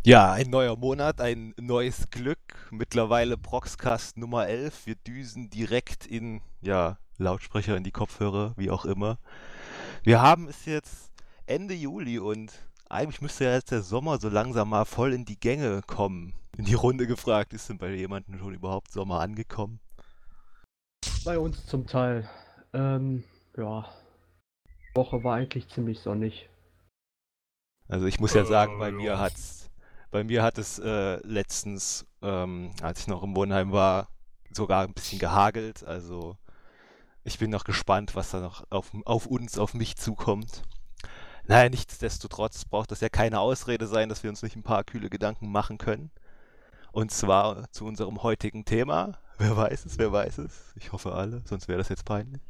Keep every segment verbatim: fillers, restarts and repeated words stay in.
Ja, ein neuer Monat, ein neues Glück. Mittlerweile Proxcast Nummer elf. Wir düsen direkt in, ja, Lautsprecher, in die Kopfhörer, wie auch immer. Wir haben es jetzt Ende Juli und eigentlich müsste ja jetzt der Sommer so langsam mal voll in die Gänge kommen. In die Runde gefragt, ist denn bei jemandem schon überhaupt Sommer angekommen? Bei uns zum Teil. Ähm, ja, Woche war eigentlich ziemlich sonnig. Also ich muss ja sagen, bei Äh, mir ja. hat's, bei mir hat es äh, letztens, ähm, als ich noch im Wohnheim war, sogar ein bisschen gehagelt. Also ich bin noch gespannt, was da noch auf, auf uns, auf mich zukommt. Naja, nichtsdestotrotz braucht das ja keine Ausrede sein, dass wir uns nicht ein paar kühle Gedanken machen können. Und zwar zu unserem heutigen Thema. Wer weiß es, wer weiß es? Ich hoffe alle, sonst wäre das jetzt peinlich.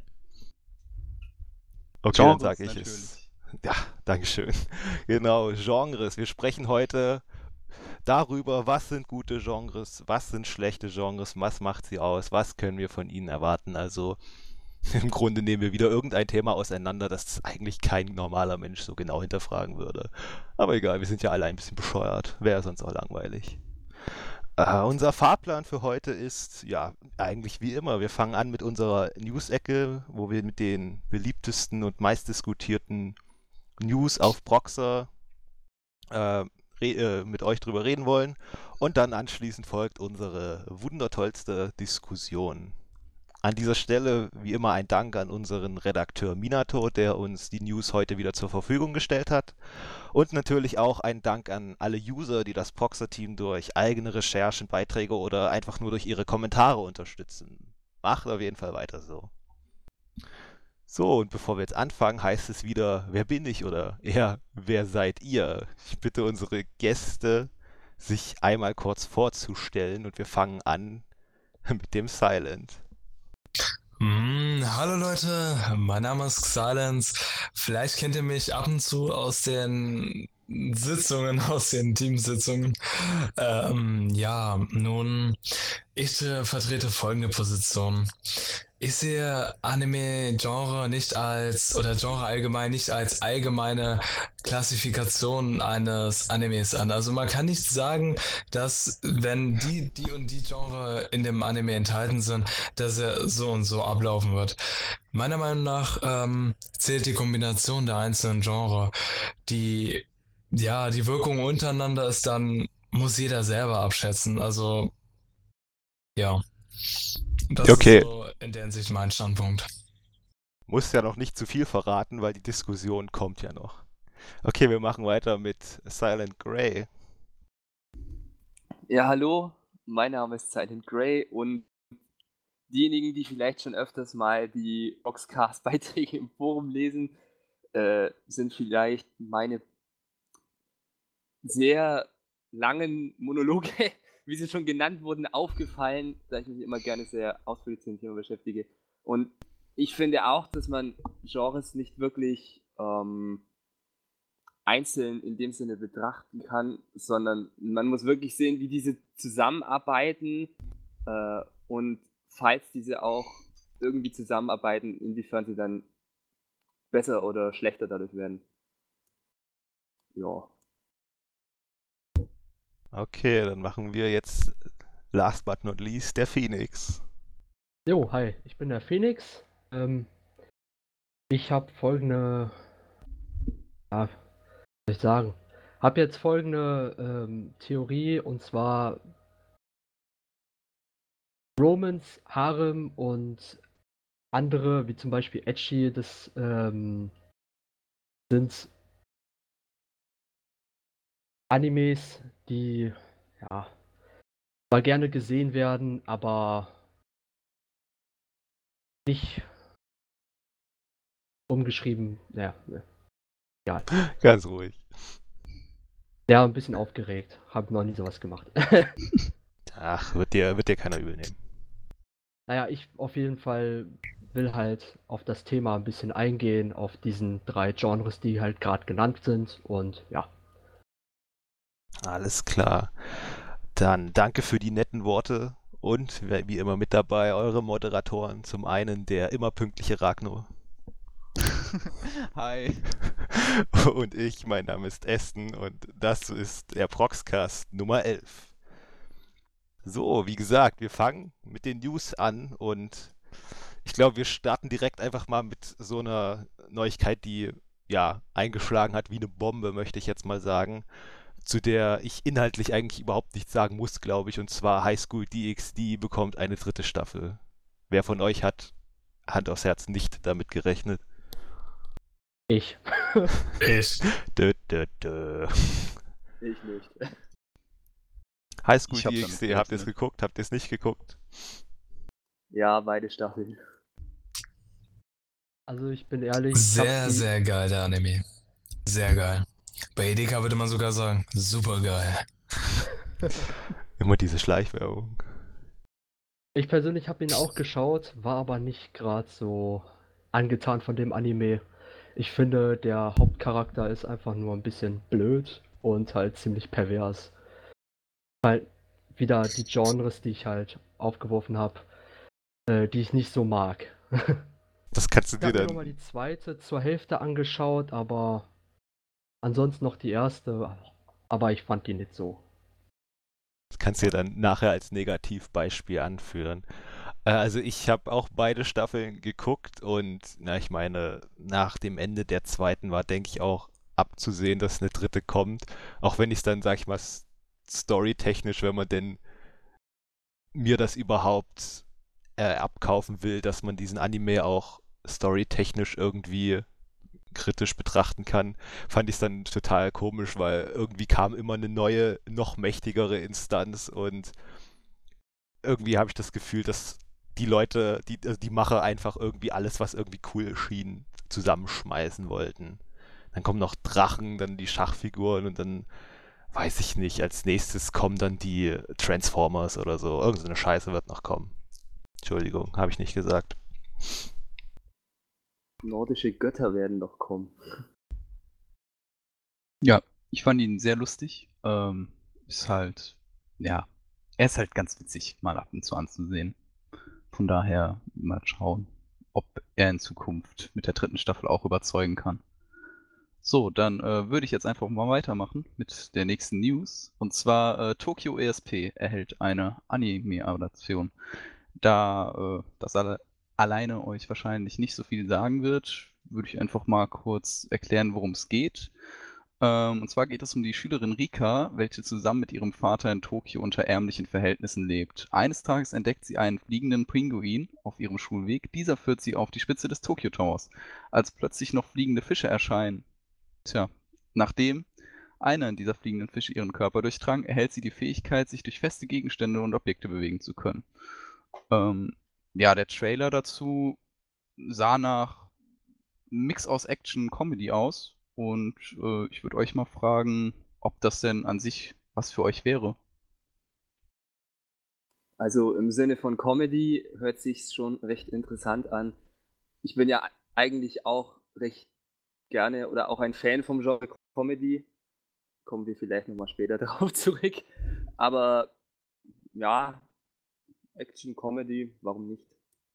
Okay, dann Genres sage ich es. natürlich. Ja, Dankeschön. Genau, Genres. Wir sprechen heute darüber, was sind gute Genres, was sind schlechte Genres, was macht sie aus, was können wir von ihnen erwarten. Also im Grunde nehmen wir wieder irgendein Thema auseinander, das eigentlich kein normaler Mensch so genau hinterfragen würde. Aber egal, wir sind ja alle ein bisschen bescheuert. Wäre sonst auch langweilig. Äh, unser Fahrplan für heute ist, ja, eigentlich wie immer. Wir fangen an mit unserer News-Ecke, wo wir mit den beliebtesten und meistdiskutierten News auf Proxer äh, äh, mit euch drüber reden wollen. Und dann anschließend folgt unsere wundertollste Diskussion. An dieser Stelle wie immer ein Dank an unseren Redakteur Minato, der uns die News heute wieder zur Verfügung gestellt hat. Und natürlich auch ein Dank an alle User, die das Proxer-Team durch eigene Recherchen, Beiträge oder einfach nur durch ihre Kommentare unterstützen. Macht auf jeden Fall weiter so. So, und bevor wir jetzt anfangen, heißt es wieder, wer bin ich oder eher, wer seid ihr? Ich bitte unsere Gäste, sich einmal kurz vorzustellen und wir fangen an mit dem Silent. Hm, hallo Leute, mein Name ist Xylence. Vielleicht kennt ihr mich ab und zu aus den Sitzungen, aus den Teamsitzungen. Ähm, ja, nun, ich äh, vertrete folgende Position. Ich sehe Anime-Genre nicht als, oder Genre allgemein nicht als allgemeine Klassifikation eines Animes an. Also man kann nicht sagen, dass wenn die, die und die Genre in dem Anime enthalten sind, dass er so und so ablaufen wird. Meiner Meinung nach ähm, zählt die Kombination der einzelnen Genre. Die, ja, die Wirkung untereinander ist dann, muss jeder selber abschätzen. Also, ja, das ist Okay, so in der Hinsicht mein Standpunkt. muss ja noch nicht zu viel verraten, weil die Diskussion kommt ja noch. Okay, wir machen weiter mit Silent Grey. Ja, hallo, mein Name ist Silent Grey und diejenigen, die vielleicht schon öfters mal die Boxcast-Beiträge im Forum lesen, äh, sind vielleicht meine sehr langen Monologe, wie sie schon genannt wurden, aufgefallen, da ich mich immer gerne sehr ausführlich zu dem Thema beschäftige. Und ich finde auch, dass man Genres nicht wirklich ähm, einzeln in dem Sinne betrachten kann, sondern man muss wirklich sehen, wie diese zusammenarbeiten äh, und falls diese auch irgendwie zusammenarbeiten, inwiefern sie dann besser oder schlechter dadurch werden. Ja. Okay, dann machen wir jetzt last but not least der Phoenix. Jo, hi, ich bin der Phoenix. Ähm, ich habe folgende, ja, was soll ich sagen, habe jetzt folgende ähm, Theorie und zwar Romance, Harem und andere, wie zum Beispiel Ecchi, das ähm, sind Animes, die ja zwar gerne gesehen werden, aber nicht umgeschrieben. Ja, ne, egal. Ganz ruhig. Ja, ein bisschen aufgeregt. Habe noch nie sowas gemacht. Ach, wird dir, wird dir keiner übel nehmen. Naja, ich auf jeden Fall will halt auf das Thema ein bisschen eingehen, auf diesen drei Genres, die halt gerade genannt sind. Und ja, Alles klar. Dann danke für die netten Worte und wie immer mit dabei eure Moderatoren. Zum einen der immer pünktliche Ragnar. Hi. Und ich, mein Name ist Esten und das ist der Proxcast Nummer elf. So, wie gesagt, wir fangen mit den News an und ich glaube, wir starten direkt einfach mal mit so einer Neuigkeit, die ja eingeschlagen hat wie eine Bombe, möchte ich jetzt mal sagen, zu der ich inhaltlich eigentlich überhaupt nichts sagen muss, glaube ich, und zwar High School D X D bekommt eine dritte Staffel. Wer von euch hat Hand aufs Herz nicht damit gerechnet? Ich. Ich. Dö, dö, dö. Ich nicht. High School Ich hab D X D, damit habt ihr es gerechnet. geguckt? Habt ihr es nicht geguckt? Ja, beide Staffeln. Also ich bin ehrlich. ich hab Sehr, die, sehr geil, der Anime. Sehr geil. Bei Edeka würde man sogar sagen, super geil. Immer diese Schleichwerbung. Ich persönlich habe ihn auch geschaut, war aber nicht gerade so angetan von dem Anime. Ich finde, der Hauptcharakter ist einfach nur ein bisschen blöd und halt ziemlich pervers. Halt wieder die Genres, die ich halt aufgeworfen habe, äh, die ich nicht so mag. Das kannst du Ich dir habe mir nochmal dann. die zweite zur Hälfte angeschaut, aber ansonsten noch die erste, aber ich fand die nicht so. Das kannst du dir dann nachher als Negativbeispiel anführen. Äh, also ich habe auch beide Staffeln geguckt und na, ich meine, nach dem Ende der zweiten war, denke ich, auch abzusehen, dass eine dritte kommt. Auch wenn ich es dann, sag ich mal, s- storytechnisch, wenn man denn mir das überhaupt äh, abkaufen will, dass man diesen Anime auch storytechnisch irgendwie kritisch betrachten kann, fand ich es dann total komisch, weil irgendwie kam immer eine neue, noch mächtigere Instanz und irgendwie habe ich das Gefühl, dass die Leute, die, also die Macher einfach irgendwie alles, was irgendwie cool schien, zusammenschmeißen wollten. Dann kommen noch Drachen, dann die Schachfiguren und dann weiß ich nicht, als nächstes kommen dann die Transformers oder so. Irgend so eine Scheiße wird noch kommen. Entschuldigung, habe ich nicht gesagt. Nordische Götter werden noch kommen. Ja, ich fand ihn sehr lustig. Ähm, ist halt, ja, er ist halt ganz witzig, mal ab und zu anzusehen. Von daher mal schauen, ob er in Zukunft mit der dritten Staffel auch überzeugen kann. So, dann äh, würde ich jetzt einfach mal weitermachen mit der nächsten News. Und zwar äh, Tokyo E S P erhält eine Anime-Adaption. Da äh, das alle, alleine euch wahrscheinlich nicht so viel sagen wird, würde ich einfach mal kurz erklären, worum es geht. Ähm, und zwar geht es um die Schülerin Rika, welche zusammen mit ihrem Vater in Tokio unter ärmlichen Verhältnissen lebt. Eines Tages entdeckt sie einen fliegenden Pinguin auf ihrem Schulweg. Dieser führt sie auf die Spitze des Tokyo Towers. Als plötzlich noch fliegende Fische erscheinen. Tja, nachdem einer dieser fliegenden Fische ihren Körper durchdrang, erhält sie die Fähigkeit, sich durch feste Gegenstände und Objekte bewegen zu können. Ähm, ja, der Trailer dazu sah nach einem Mix aus Action und Comedy aus. Und äh, ich würde euch mal fragen, ob das denn an sich was für euch wäre. Also im Sinne von Comedy hört sich schon recht interessant an. Ich bin ja eigentlich auch recht gerne oder auch ein Fan vom Genre Comedy. Kommen wir vielleicht nochmal später darauf zurück. Aber ja, Action, Comedy, warum nicht?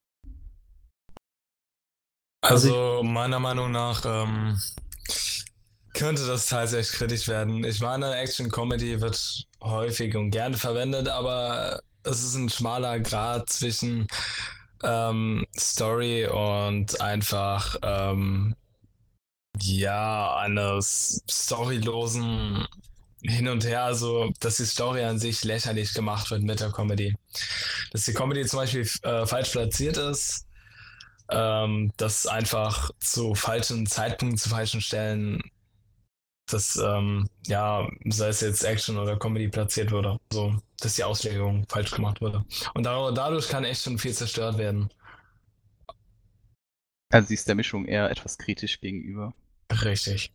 Also meiner Meinung nach ähm, könnte das tatsächlich kritisch werden. Ich meine, Action-Comedy wird häufig und gerne verwendet, aber es ist ein schmaler Grat zwischen ähm, Story und einfach ähm, ja eines storylosen Hin und Her, also dass die Story an sich lächerlich gemacht wird mit der Comedy. Dass die Comedy zum Beispiel äh, falsch platziert ist, ähm, dass einfach zu falschen Zeitpunkten, zu falschen Stellen, dass, ähm, ja, sei es jetzt Action oder Comedy platziert wurde, so, dass die Auslegung falsch gemacht wurde. Und da, dadurch kann echt schon viel zerstört werden. Also sie ist der Mischung eher etwas kritisch gegenüber. Richtig.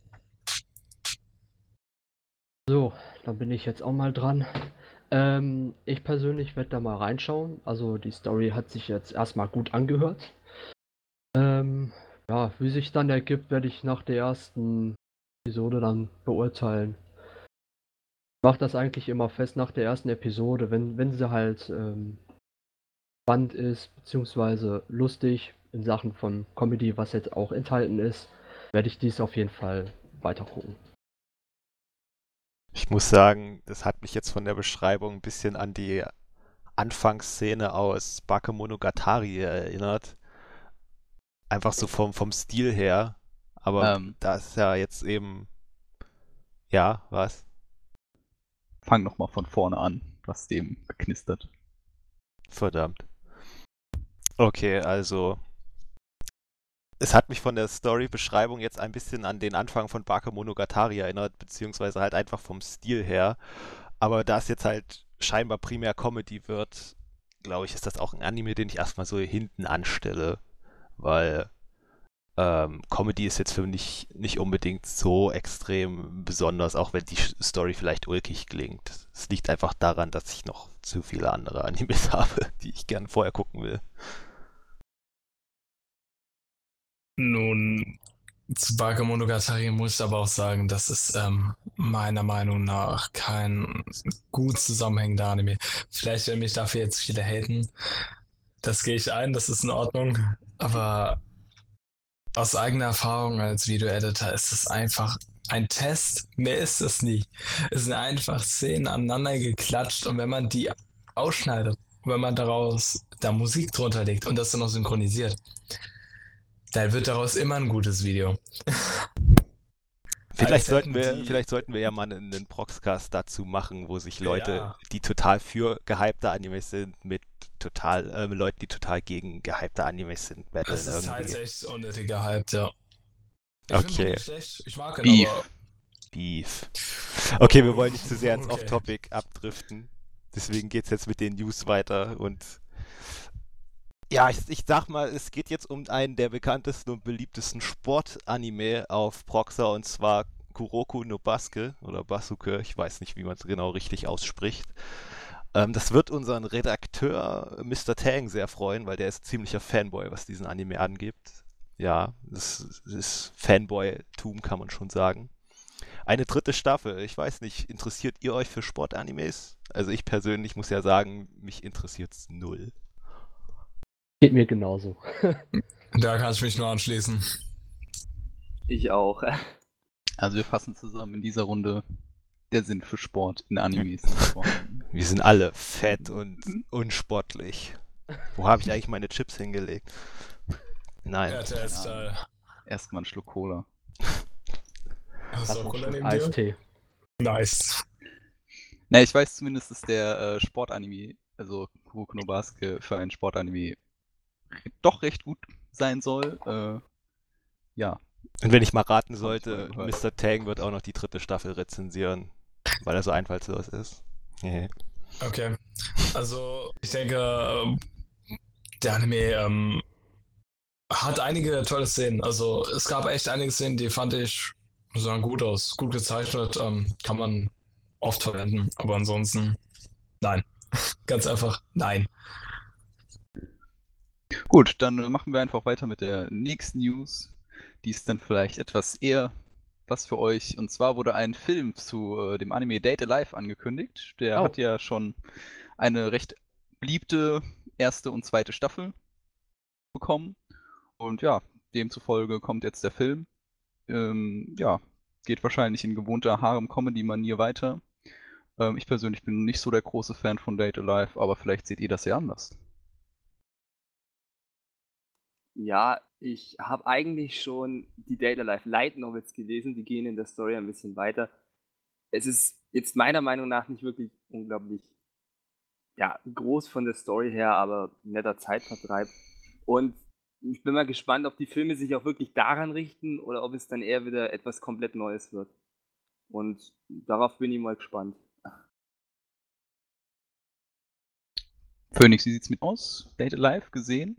So, dann bin ich jetzt auch mal dran. Ähm, ich persönlich werde da mal reinschauen. Also die Story hat sich jetzt erstmal gut angehört. Ähm, ja, wie sich dann ergibt, werde ich nach der ersten Episode dann beurteilen. Ich mache das eigentlich immer fest nach der ersten Episode, wenn, wenn sie halt ähm, spannend ist, beziehungsweise lustig in Sachen von Comedy, was jetzt auch enthalten ist, werde ich dies auf jeden Fall weiter gucken. Ich muss sagen, das hat mich jetzt von der Beschreibung ein bisschen an die Anfangsszene aus Bakemonogatari erinnert. Einfach so vom, vom Stil her. Aber Ähm, da ist ja jetzt eben. Ja, was? Fang nochmal von vorne an, was dem geknistert. Verdammt. Okay, also. Es hat mich von der Story-Beschreibung jetzt ein bisschen an den Anfang von Bakemonogatari erinnert, beziehungsweise halt einfach vom Stil her. Aber da es jetzt halt scheinbar primär Comedy wird, glaube ich, ist das auch ein Anime, den ich erstmal so hinten anstelle. Weil ähm, Comedy ist jetzt für mich nicht unbedingt so extrem besonders, auch wenn die Story vielleicht ulkig klingt. Es liegt einfach daran, dass ich noch zu viele andere Animes habe, die ich gerne vorher gucken will. Nun, zu Bakemonogatari muss ich aber auch sagen, das ist ähm, meiner Meinung nach kein gut zusammenhängender Anime. Vielleicht werden mich dafür jetzt viele haten. Das gehe ich ein, das ist in Ordnung. Aber aus eigener Erfahrung als Video-Editor ist es einfach ein Test. Mehr ist es nie. Es sind einfach Szenen aneinander geklatscht und wenn man die ausschneidet, wenn man daraus da Musik drunter legt und das dann noch synchronisiert, dann wird daraus immer ein gutes Video. Vielleicht Als sollten hätten wir, die. vielleicht sollten wir ja mal einen, einen Proxcast dazu machen, wo sich Leute, Ja, die total für gehypte Animes sind, mit total, äh, mit Leuten, die total gegen gehypte Animes sind, battlen das ist irgendwie. tatsächlich unnötig gehypt, ja. Ich finde ihn Okay, nicht schlecht, ich mag ihn, Beef. aber. Beef. Okay, wir wollen nicht zu sehr ins Okay. Off-Topic abdriften. Deswegen geht's jetzt mit den News weiter und ja, ich, ich sag mal, es geht jetzt um einen der bekanntesten und beliebtesten Sport-Anime auf Proxa und zwar Kuroko no Basuke oder Basuke, ich weiß nicht, wie man es genau richtig ausspricht. Ähm, das wird unseren Redakteur Mister Tang sehr freuen, weil der ist ziemlicher Fanboy, was diesen Anime angibt. Ja, das ist Fanboy-Tum, kann man schon sagen. Eine dritte Staffel, ich weiß nicht, interessiert ihr euch für Sportanimes? Also ich persönlich muss ja sagen, mich interessiert's null. Geht mir genauso. Da kann ich mich nur anschließen. Ich auch. Also wir fassen zusammen in dieser Runde der Sinn für Sport in Animes. ist vorhanden. Wir sind alle fett und unsportlich. Wo habe ich eigentlich meine Chips hingelegt? Nein. R T S-Style. Erstmal einen Schluck Cola. Hast Hast du du auch Cola einen neben dir? Eistee? Nice. Na, ich weiß zumindest, dass der äh, Sportanime, also Kuroko no Basuke, für einen Sportanime doch recht gut sein soll. Äh, ja. Und wenn ich mal raten Hab ich sollte, mal gehört. Mister Tang wird auch noch die dritte Staffel rezensieren, weil er so einfallslos ist. Nee. Okay. Also, ich denke, ähm, der Anime ähm, hat einige tolle Szenen. Also, es gab echt einige Szenen, die fand ich sahen gut aus. Gut gezeichnet, ähm, kann man oft verwenden. Aber ansonsten, nein. Ganz einfach, nein. Gut, dann äh, machen wir einfach weiter mit der nächsten News. Die ist dann vielleicht etwas eher was für euch. Und zwar wurde ein Film zu äh, dem Anime Date Alive angekündigt. Der Oh. hat ja schon eine recht beliebte erste und zweite Staffel bekommen. Und ja, demzufolge kommt jetzt der Film. Ähm, ja, geht wahrscheinlich in gewohnter Harem-Comedy-Manier weiter. Ähm, ich persönlich bin nicht so der große Fan von Date Alive, aber vielleicht seht ihr das ja anders. Ja, ich habe eigentlich schon die Date Alive Light Novels gelesen, die gehen in der Story ein bisschen weiter. Es ist jetzt meiner Meinung nach nicht wirklich unglaublich ja, groß von der Story her, aber netter Zeitvertreib. Und ich bin mal gespannt, ob die Filme sich auch wirklich daran richten oder ob es dann eher wieder etwas komplett Neues wird. Und darauf bin ich mal gespannt. Phoenix, wie sieht's mit aus? Date Alive gesehen?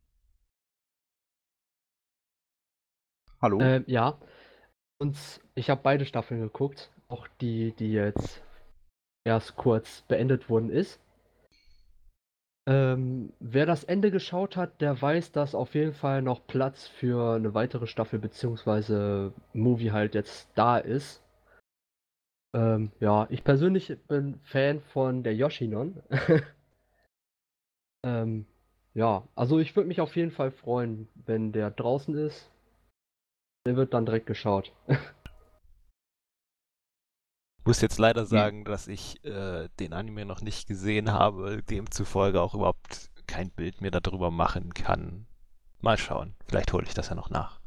Hallo? Ähm, ja. Und ich habe beide Staffeln geguckt. Auch die, die jetzt erst kurz beendet worden ist. Ähm, wer das Ende geschaut hat, der weiß, dass auf jeden Fall noch Platz für eine weitere Staffel beziehungsweise Movie halt jetzt da ist. Ähm, ja, ich persönlich bin Fan von der Yoshinon. ähm, ja, also ich würde mich auf jeden Fall freuen, wenn der draußen ist. der wird dann direkt geschaut. Ich muss jetzt leider Hm. sagen, dass ich äh, den Anime noch nicht gesehen habe, demzufolge auch überhaupt kein Bild mir darüber machen kann. Mal schauen, vielleicht hole ich das ja noch nach.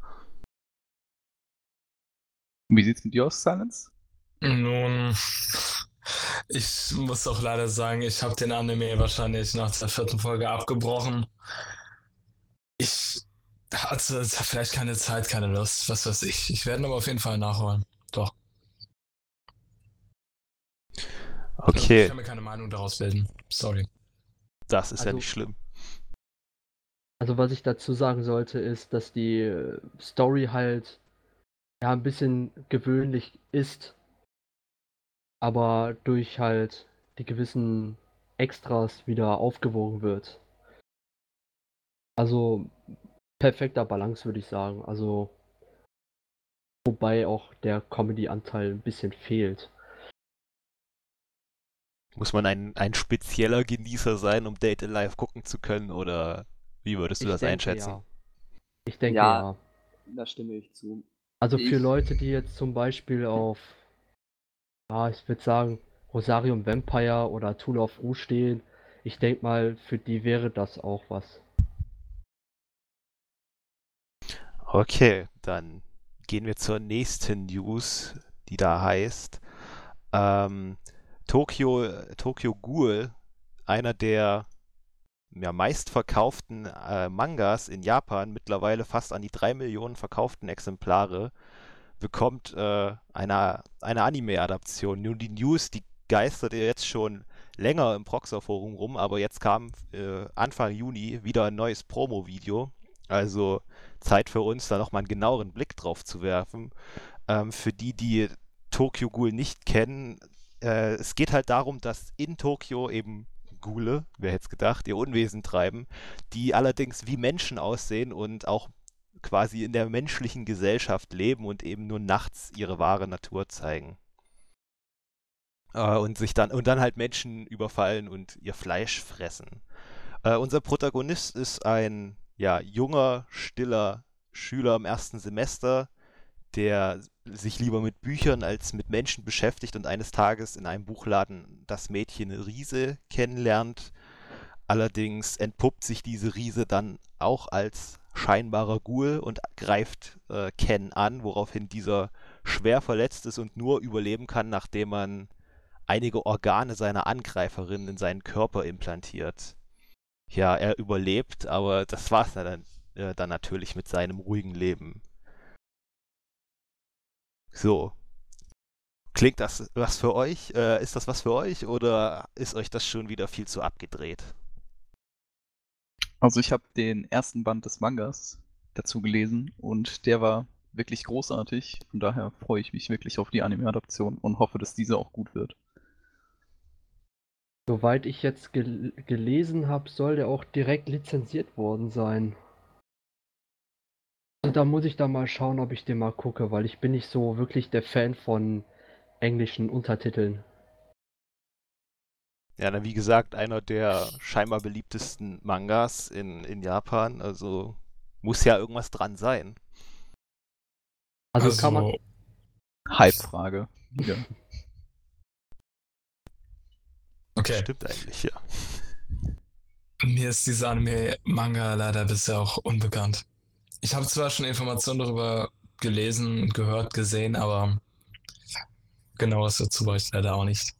Wie sieht's mit dir aus, Silence? Nun, ich muss auch leider sagen, ich habe den Anime wahrscheinlich nach der vierten Folge abgebrochen. Ich hatte vielleicht keine Zeit, keine Lust, was weiß ich. Ich werde ihn aber auf jeden Fall nachholen. Doch. Ich Okay, kann mir keine Meinung daraus bilden. Sorry. das ist ja Also- nicht schlimm. Also was ich dazu sagen sollte, ist, dass die äh, Story halt ja ein bisschen gewöhnlich ist, aber durch halt die gewissen Extras wieder aufgewogen wird. Also perfekter Balance, würde ich sagen. Also wobei auch der Comedy-Anteil ein bisschen fehlt. Muss man ein, ein spezieller Genießer sein, um Date Alive gucken zu können, oder wie würdest du Ich das denke einschätzen? ja. Ich denke Ja. ja. Da stimme ich zu. Also für Ich- Leute, die jetzt zum Beispiel auf, ja, ich würde sagen, Rosarium Vampire oder Tool of Rouge stehen, ich denke mal, für die wäre das auch was. Okay, dann gehen wir zur nächsten News, die da heißt, ähm, Tokyo, Tokyo Ghoul, einer der ja, meistverkauften äh, Mangas in Japan, mittlerweile fast an die drei Millionen verkauften Exemplare, bekommt äh, eine, eine Anime-Adaption. Nun, die News, die geistert ja jetzt schon länger im Proxer-Forum rum, aber jetzt kam äh, Anfang Juni wieder ein neues Promo-Video. Also Zeit für uns, da nochmal einen genaueren Blick drauf zu werfen. Ähm, für die, die Tokyo Ghoul nicht kennen, äh, es geht halt darum, dass in Tokio eben Ghule, wer hätte es gedacht, ihr Unwesen treiben, die allerdings wie Menschen aussehen und auch quasi in der menschlichen Gesellschaft leben und eben nur nachts ihre wahre Natur zeigen. Äh, und sich dann und dann halt Menschen überfallen und ihr Fleisch fressen. Äh, unser Protagonist ist ein ja, junger, stiller Schüler im ersten Semester, der sich lieber mit Büchern als mit Menschen beschäftigt und eines Tages in einem Buchladen das Mädchen Riese kennenlernt. Allerdings entpuppt sich diese Riese dann auch als scheinbarer Ghoul und greift äh, Ken an, woraufhin dieser schwer verletzt ist und nur überleben kann, nachdem man einige Organe seiner Angreiferin in seinen Körper implantiert. Ja, er überlebt, aber das war's dann, äh, dann natürlich mit seinem ruhigen Leben. So. Klingt das was für euch? Äh, ist das was für euch oder ist euch das schon wieder viel zu abgedreht? Also ich habe den ersten Band des Mangas dazu gelesen und der war wirklich großartig. Von daher freue ich mich wirklich auf die Anime-Adaption und hoffe, dass diese auch gut wird. Soweit ich jetzt gel gelesen habe, soll der auch direkt lizenziert worden sein. Also da muss ich da mal schauen, ob ich den mal gucke, weil ich bin nicht so wirklich der Fan von englischen Untertiteln. Ja, dann wie gesagt, einer der scheinbar beliebtesten Mangas in, in Japan, also muss ja irgendwas dran sein. Also, kann man. Hype-Frage. Wieder. Okay. Stimmt eigentlich, ja. Mir ist dieser Anime-Manga leider bisher auch unbekannt. Ich habe zwar schon Informationen darüber gelesen, gehört, gesehen, aber genaues dazu weiß ich leider auch nicht.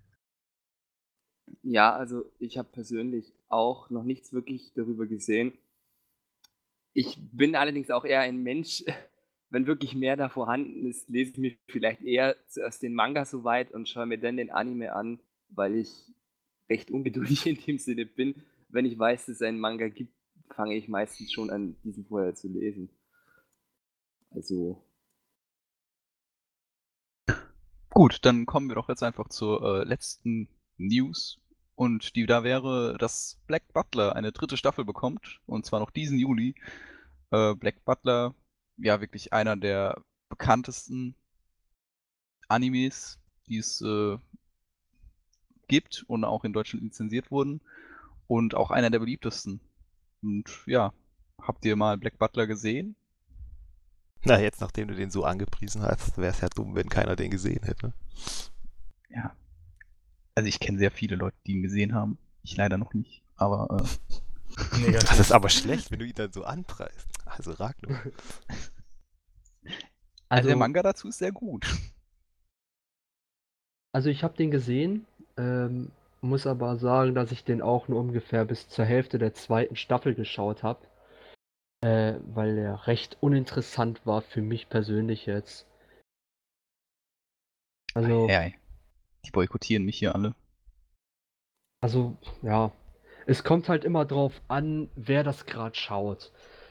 Ja, also ich habe persönlich auch noch nichts wirklich darüber gesehen. Ich bin allerdings auch eher ein Mensch, wenn wirklich mehr da vorhanden ist, lese ich mir vielleicht eher zuerst den Manga soweit und schaue mir dann den Anime an, weil ich recht ungeduldig in dem Sinne bin. Wenn ich weiß, dass es einen Manga gibt, fange ich meistens schon an, diesen vorher zu lesen. Also, Gut, dann kommen wir doch jetzt einfach zur äh, letzten News. Und die da wäre, dass Black Butler eine dritte Staffel bekommt. Und zwar noch diesen Juli. Äh, Black Butler, ja wirklich einer der bekanntesten Animes, die es äh, gibt und auch in Deutschland lizenziert wurden. Und auch einer der beliebtesten. Und ja, habt ihr mal Black Butler gesehen? Na, jetzt, nachdem du den so angepriesen hast, wäre es ja dumm, wenn keiner den gesehen hätte. Ja. Also ich kenne sehr viele Leute, die ihn gesehen haben. Ich leider noch nicht, aber äh, Negativ. Das ist aber schlecht, wenn du ihn dann so anpreist. Also Ragnar. also der Also, Manga dazu ist sehr gut. also ich habe den gesehen, ähm, muss aber sagen, dass ich den auch nur ungefähr bis zur Hälfte der zweiten Staffel geschaut habe, äh, weil er recht uninteressant war für mich persönlich jetzt. Also, Ja, die boykottieren mich hier alle. also ja, es kommt halt immer drauf an, wer das gerade schaut.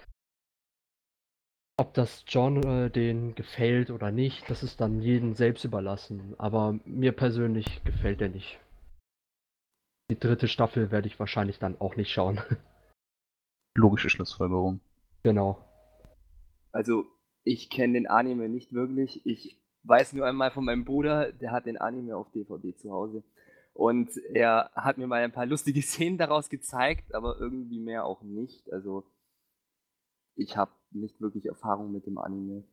Ob das Genre denen gefällt oder nicht, das ist dann jedem selbst überlassen. Aber mir persönlich gefällt der nicht. Die dritte Staffel werde ich wahrscheinlich dann auch nicht schauen. Logische Schlussfolgerung. Genau. Also, ich kenne den Anime nicht wirklich. Ich weiß nur einmal von meinem Bruder, der hat den Anime auf D V D zu Hause. Und er hat mir mal ein paar lustige Szenen daraus gezeigt, aber irgendwie mehr auch nicht. Also, ich habe nicht wirklich Erfahrung mit dem Anime.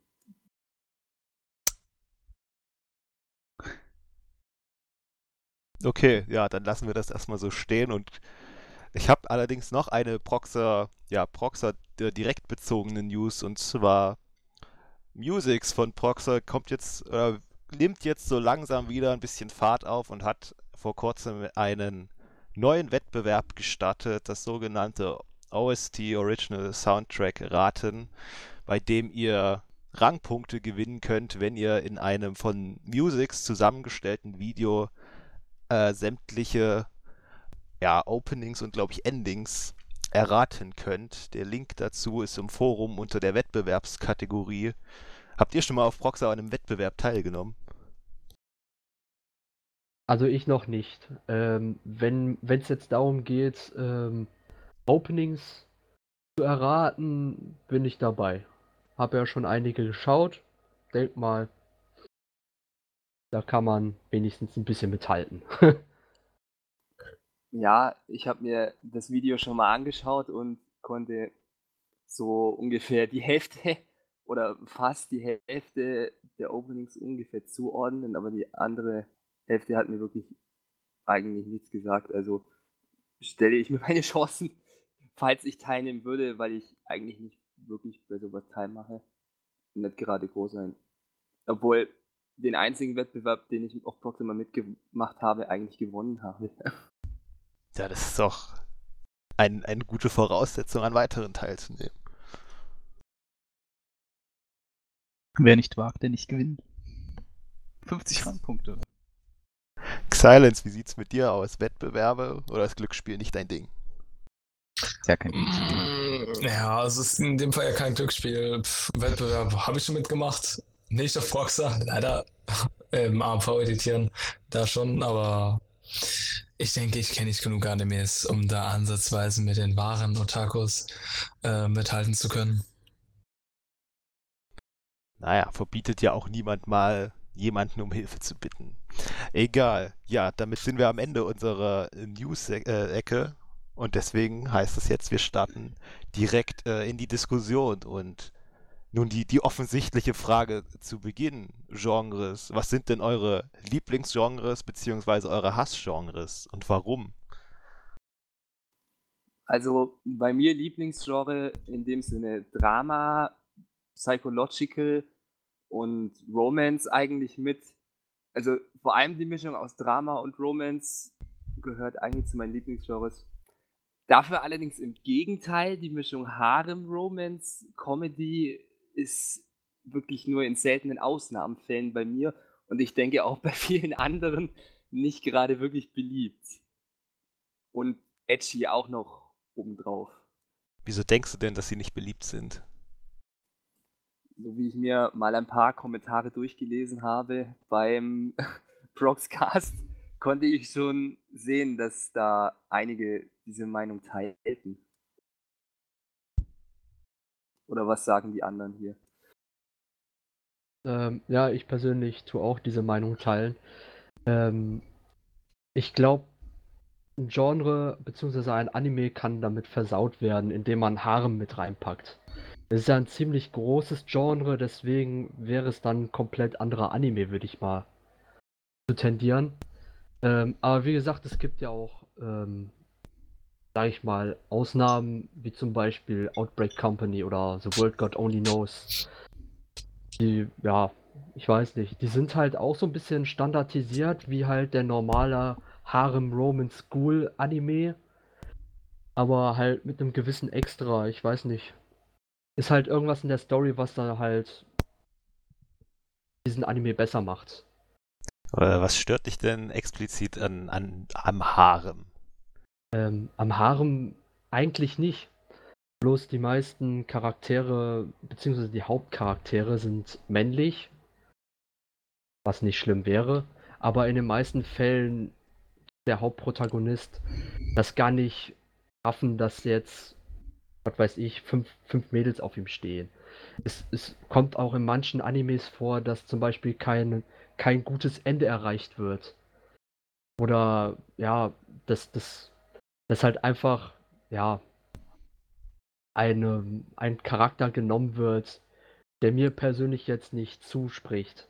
Okay, ja, dann lassen wir das erstmal so stehen und ich habe allerdings noch eine Proxer, ja, Proxer äh, direkt bezogene News und zwar Musics von Proxer kommt jetzt, äh, nimmt jetzt so langsam wieder ein bisschen Fahrt auf und hat vor kurzem einen neuen Wettbewerb gestartet, das sogenannte O S T Original Soundtrack Raten, bei dem ihr Rangpunkte gewinnen könnt, wenn ihr in einem von Musics zusammengestellten Video äh, sämtliche ja, Openings und glaube ich Endings erraten könnt. Der Link dazu ist im Forum unter der Wettbewerbskategorie. Habt ihr schon mal auf Proxer an einem Wettbewerb teilgenommen? Also ich noch nicht. Ähm, wenn es jetzt darum geht, ähm, Openings zu erraten, bin ich dabei. Habe ja schon einige geschaut. Denk mal, da kann man wenigstens ein bisschen mithalten. Ja, ich habe mir das Video schon mal angeschaut und konnte so ungefähr die Hälfte oder fast die Hälfte der Openings ungefähr zuordnen, aber die andere Hälfte hat mir wirklich eigentlich nichts gesagt. Also stelle ich mir meine Chancen, falls ich teilnehmen würde, weil ich eigentlich nicht wirklich bei sowas teilmache, nicht gerade groß sein. Obwohl den einzigen Wettbewerb, den ich auf Proxima mitgemacht habe, eigentlich gewonnen habe. Ja, das ist doch ein, eine gute Voraussetzung, an weiteren teilzunehmen. Wer nicht wagt, der nicht gewinnt. fünfzig Rangpunkte. Silence, wie sieht's mit dir aus? Wettbewerbe oder ist Glücksspiel nicht dein Ding? Ist ja kein Glücksspiel. Ja, es ist in dem Fall ja kein Glücksspiel. Pff, Wettbewerb habe ich schon mitgemacht. Nicht auf Proxer, leider im A M V editieren, da schon, aber ich denke, ich kenne nicht genug Animes, um da ansatzweise mit den wahren Otakus äh, mithalten zu können. Naja, verbietet ja auch niemand mal, jemanden um Hilfe zu bitten. Egal. Ja, damit sind wir am Ende unserer News-Ecke und deswegen heißt es jetzt, wir starten direkt äh, in die Diskussion und nun die, die offensichtliche Frage zu Beginn, Genres. Was sind denn eure Lieblingsgenres beziehungsweise eure Hassgenres und warum? Also bei mir Lieblingsgenre in dem Sinne Drama, Psychological und Romance eigentlich mit. Also vor allem die Mischung aus Drama und Romance gehört eigentlich zu meinen Lieblingsgenres. Dafür allerdings im Gegenteil, die Mischung Harem, Romance, Comedy ist wirklich nur in seltenen Ausnahmefällen bei mir und ich denke auch bei vielen anderen nicht gerade wirklich beliebt. Und edgy auch noch obendrauf. Wieso denkst du denn, dass sie nicht beliebt sind? So wie ich mir mal ein paar Kommentare durchgelesen habe beim Proxcast, konnte ich schon sehen, dass da einige diese Meinung teilten. Oder was sagen die anderen hier? Ähm, ja, ich persönlich tue auch diese Meinung teilen. Ähm, ich glaube, ein Genre bzw. ein Anime kann damit versaut werden, indem man Harem mit reinpackt. Es ist ja ein ziemlich großes Genre, deswegen wäre es dann ein komplett anderer Anime, würde ich mal zu tendieren. Ähm, aber wie gesagt, es gibt ja auch, ähm, sag ich mal, Ausnahmen, wie zum Beispiel Outbreak Company oder The World God Only Knows. Die, ja, ich weiß nicht, die sind halt auch so ein bisschen standardisiert, wie halt der normale Harem Roman School Anime, aber halt mit einem gewissen Extra, ich weiß nicht. Ist halt irgendwas in der Story, was dann halt diesen Anime besser macht. Äh, was stört dich denn explizit an, an, am Harem? Ähm, am Harem eigentlich nicht. Bloß die meisten Charaktere, beziehungsweise die Hauptcharaktere sind männlich, was nicht schlimm wäre, aber in den meisten Fällen der Hauptprotagonist das gar nicht schaffen, dass jetzt, was weiß ich, fünf, fünf Mädels auf ihm stehen. Es, es kommt auch in manchen Animes vor, dass zum Beispiel kein, kein gutes Ende erreicht wird. Oder ja, dass das, das halt einfach, ja, eine, ein Charakter genommen wird, der mir persönlich jetzt nicht zuspricht.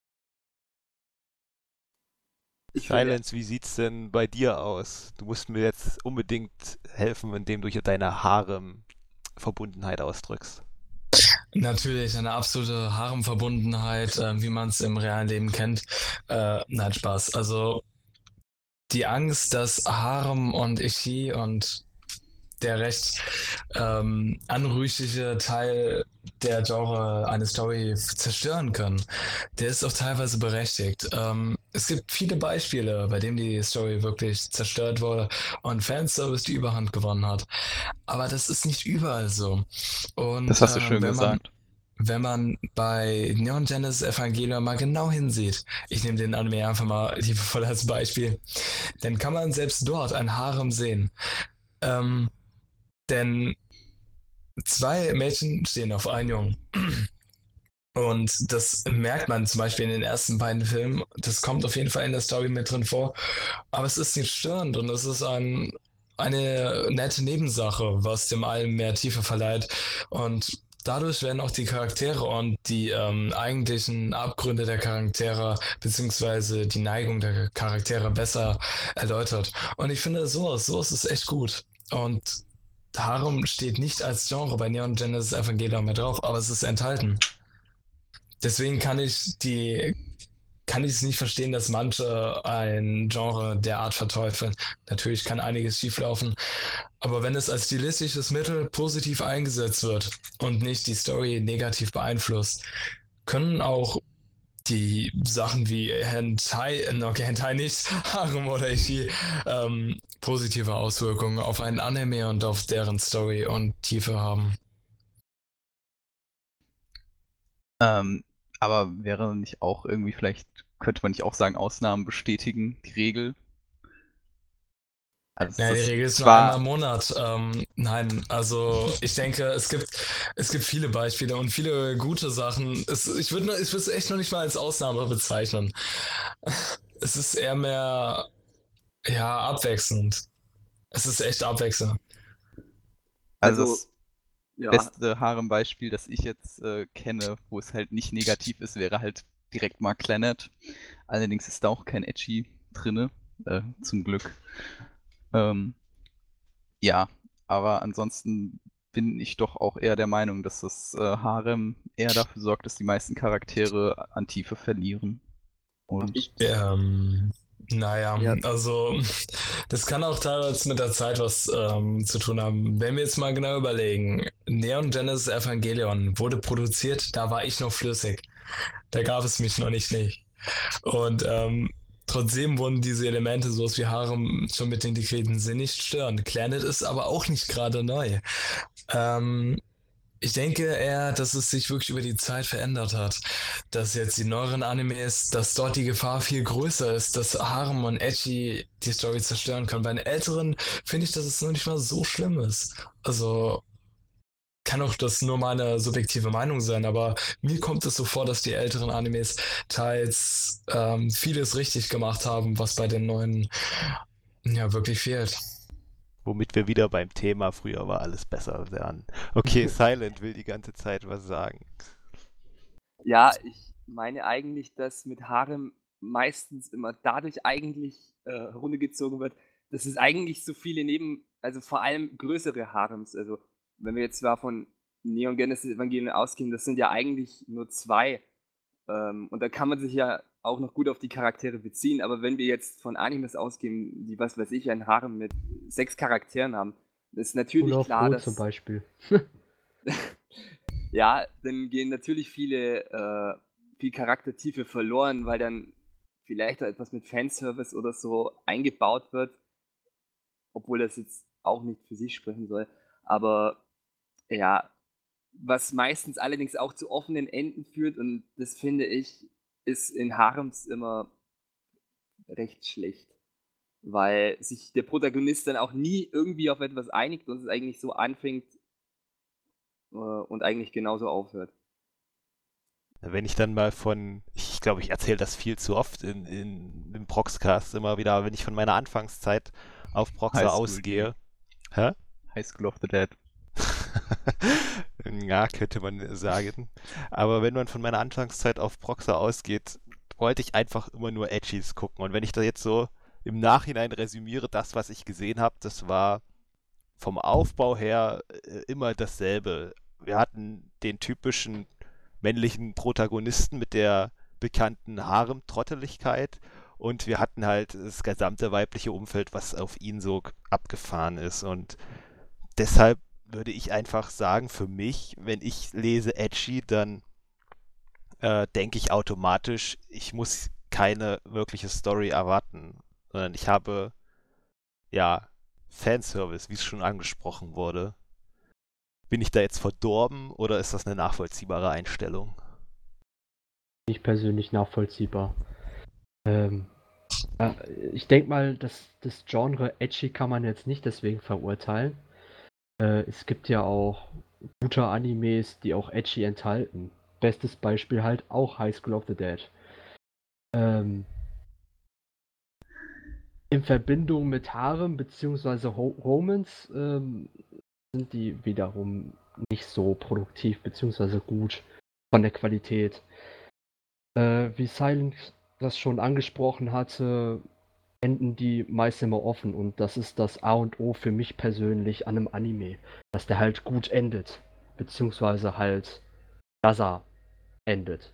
Ich finde, Silence, wie sieht's denn bei dir aus? Du musst mir jetzt unbedingt helfen, indem du hier deine Harem-Verbundenheit ausdrückst. Natürlich, eine absolute Haremverbundenheit, äh, wie man es im realen Leben kennt. Äh, nein, Spaß. Also die Angst, dass Harem und Ichi und der recht ähm, anrüchige Teil der Genre eine Story zerstören können, der ist auch teilweise berechtigt. Ähm, es gibt viele Beispiele, bei denen die Story wirklich zerstört wurde und Fanservice die Überhand gewonnen hat. Aber das ist nicht überall so. Und Das hast du äh, schön wenn man gesagt. wenn man bei Neon Genesis Evangelion mal genau hinsieht, ich nehme den Anime einfach mal liebevoll als Beispiel, dann kann man selbst dort ein Harem sehen. Ähm, denn zwei Mädchen stehen auf einen Jungen. Und das merkt man zum Beispiel in den ersten beiden Filmen. Das kommt auf jeden Fall in der Story mit drin vor. Aber es ist nicht störend und es ist ein, eine nette Nebensache, was dem allem mehr Tiefe verleiht. Und dadurch werden auch die Charaktere und die ähm, eigentlichen Abgründe der Charaktere beziehungsweise die Neigung der Charaktere besser erläutert. Und ich finde, sowas, sowas ist echt gut. Und Harem steht nicht als Genre bei Neon Genesis Evangelion mehr drauf, aber es ist enthalten. Deswegen kann ich die kann ich es nicht verstehen, dass manche ein Genre derart verteufeln. Natürlich kann einiges schieflaufen, aber wenn es als stilistisches Mittel positiv eingesetzt wird und nicht die Story negativ beeinflusst, können auch die Sachen wie Hentai, okay, Hentai nicht, Harem oder Ichi, ähm, positive Auswirkungen auf einen Anime und auf deren Story und Tiefe haben. Ähm, aber wäre nicht auch irgendwie, vielleicht könnte man nicht auch sagen, Ausnahmen bestätigen die Regel? Also Ja, die das Regel ist nur einmal zwar, im Monat. Ähm, nein, also ich denke, es gibt, es gibt viele Beispiele und viele gute Sachen. Es, ich würde ich würde es echt noch nicht mal als Ausnahme bezeichnen. Es ist eher mehr, ja, abwechselnd. Es ist echt abwechselnd. also also, das ja, beste Harem-Beispiel, das ich jetzt äh, kenne, wo es halt nicht negativ ist, wäre halt direkt Mark Planet. Allerdings ist da auch kein Ecchi drinne, äh, zum Glück. Ähm, ja, aber ansonsten bin ich doch auch eher der Meinung, dass das äh, Harem eher dafür sorgt, dass die meisten Charaktere an Tiefe verlieren. Und ich, Ähm, naja, Ja, also das kann auch teilweise mit der Zeit was ähm, zu tun haben. Wenn wir jetzt mal genau überlegen, Neon Genesis Evangelion wurde produziert, da war ich noch flüssig. Da gab es mich noch nicht nicht. Und ähm, trotzdem wurden diese Elemente, sowas wie Harem, schon mit integrierten Sinn nicht stören. Clannad ist aber auch nicht gerade neu. Ähm, ich denke eher, dass es sich wirklich über die Zeit verändert hat. Dass jetzt die neueren Animes, dass dort die Gefahr viel größer ist, dass Harem und Ecchi die Story zerstören können. Bei den älteren finde ich, dass es noch nicht mal so schlimm ist. Also kann auch das nur meine subjektive Meinung sein, aber mir kommt es so vor, dass die älteren Animes teils ähm, vieles richtig gemacht haben, was bei den neuen ja wirklich fehlt. Womit wir wieder beim Thema früher war alles besser wären. Okay, Silent will die ganze Zeit was sagen. Ja, ich meine eigentlich, dass mit Harem meistens immer dadurch eigentlich äh, runtergezogen wird, dass es eigentlich so viele neben, also vor allem größere Harems, also wenn wir jetzt zwar von Neon Genesis Evangelion ausgehen, das sind ja eigentlich nur zwei. Ähm, und da kann man sich ja auch noch gut auf die Charaktere beziehen, aber wenn wir jetzt von Animes ausgehen, die, was weiß ich, ein Harem mit sechs Charakteren haben, ist natürlich Rule of klar, Rule dass zum Beispiel. ja, dann gehen natürlich viele äh, viel Charaktertiefe verloren, weil dann vielleicht auch etwas mit Fanservice oder so eingebaut wird, obwohl das jetzt auch nicht für sich sprechen soll. Aber ja, was meistens allerdings auch zu offenen Enden führt, und das finde ich, ist in Harems immer recht schlecht, weil sich der Protagonist dann auch nie irgendwie auf etwas einigt und es eigentlich so anfängt äh, und eigentlich genauso aufhört. Wenn ich dann mal von, ich glaube, ich erzähle das viel zu oft in, in, im Proxcast immer wieder, aber wenn ich von meiner Anfangszeit auf Proxa High School ausgehe. Hä? High School of the Dead. Ja, könnte man sagen. Aber wenn man von meiner Anfangszeit auf Proxa ausgeht, wollte ich einfach immer nur Edgys gucken. Und wenn ich da jetzt so im Nachhinein resümiere, das, was ich gesehen habe, das war vom Aufbau her äh, immer dasselbe. Wir hatten den typischen männlichen Protagonisten mit der bekannten Harem-Trotteligkeit und wir hatten halt das gesamte weibliche Umfeld, was auf ihn so abgefahren ist. Und deshalb würde ich einfach sagen, für mich, wenn ich lese Edgy, dann äh, denke ich automatisch, ich muss keine wirkliche Story erwarten, sondern ich habe, ja, Fanservice, wie es schon angesprochen wurde. Bin ich da jetzt verdorben oder ist das eine nachvollziehbare Einstellung? Nicht persönlich nachvollziehbar. Ähm, äh, ich denke mal, dass das Genre Edgy kann man jetzt nicht deswegen verurteilen. Äh, es gibt ja auch gute Animes, die auch Edgy enthalten. Bestes Beispiel halt auch High School of the Dead. Ähm, in Verbindung mit Harem bzw. Romance ähm, sind die wiederum nicht so produktiv bzw. gut von der Qualität. Äh, wie Silent das schon angesprochen hatte, enden die meist immer offen und das ist das A und O für mich persönlich an einem Anime, dass der halt gut endet, beziehungsweise halt, dass er endet.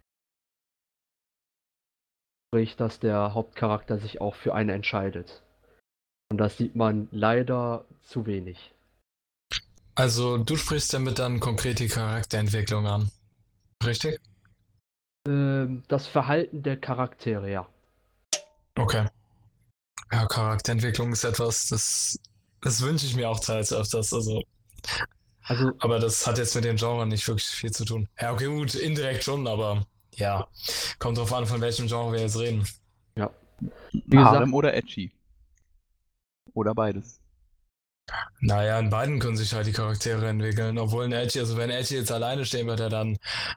Sprich, dass der Hauptcharakter sich auch für einen entscheidet. Und das sieht man leider zu wenig. Also du sprichst damit dann konkret die Charakterentwicklung an. Richtig? Ähm, das Verhalten der Charaktere, ja. Okay. Ja, Charakterentwicklung ist etwas, das, das wünsche ich mir auch teils öfters. Also, Also, aber das hat jetzt mit dem Genre nicht wirklich viel zu tun. Ja, okay, gut, indirekt schon, aber ja. Kommt drauf an, von welchem Genre wir jetzt reden. ja. Wie gesagt, Harem oder Edgy? Oder beides. Naja, in beiden können sich halt die Charaktere entwickeln. Obwohl ein Edgy, also wenn Edgy jetzt alleine stehen würde, dann.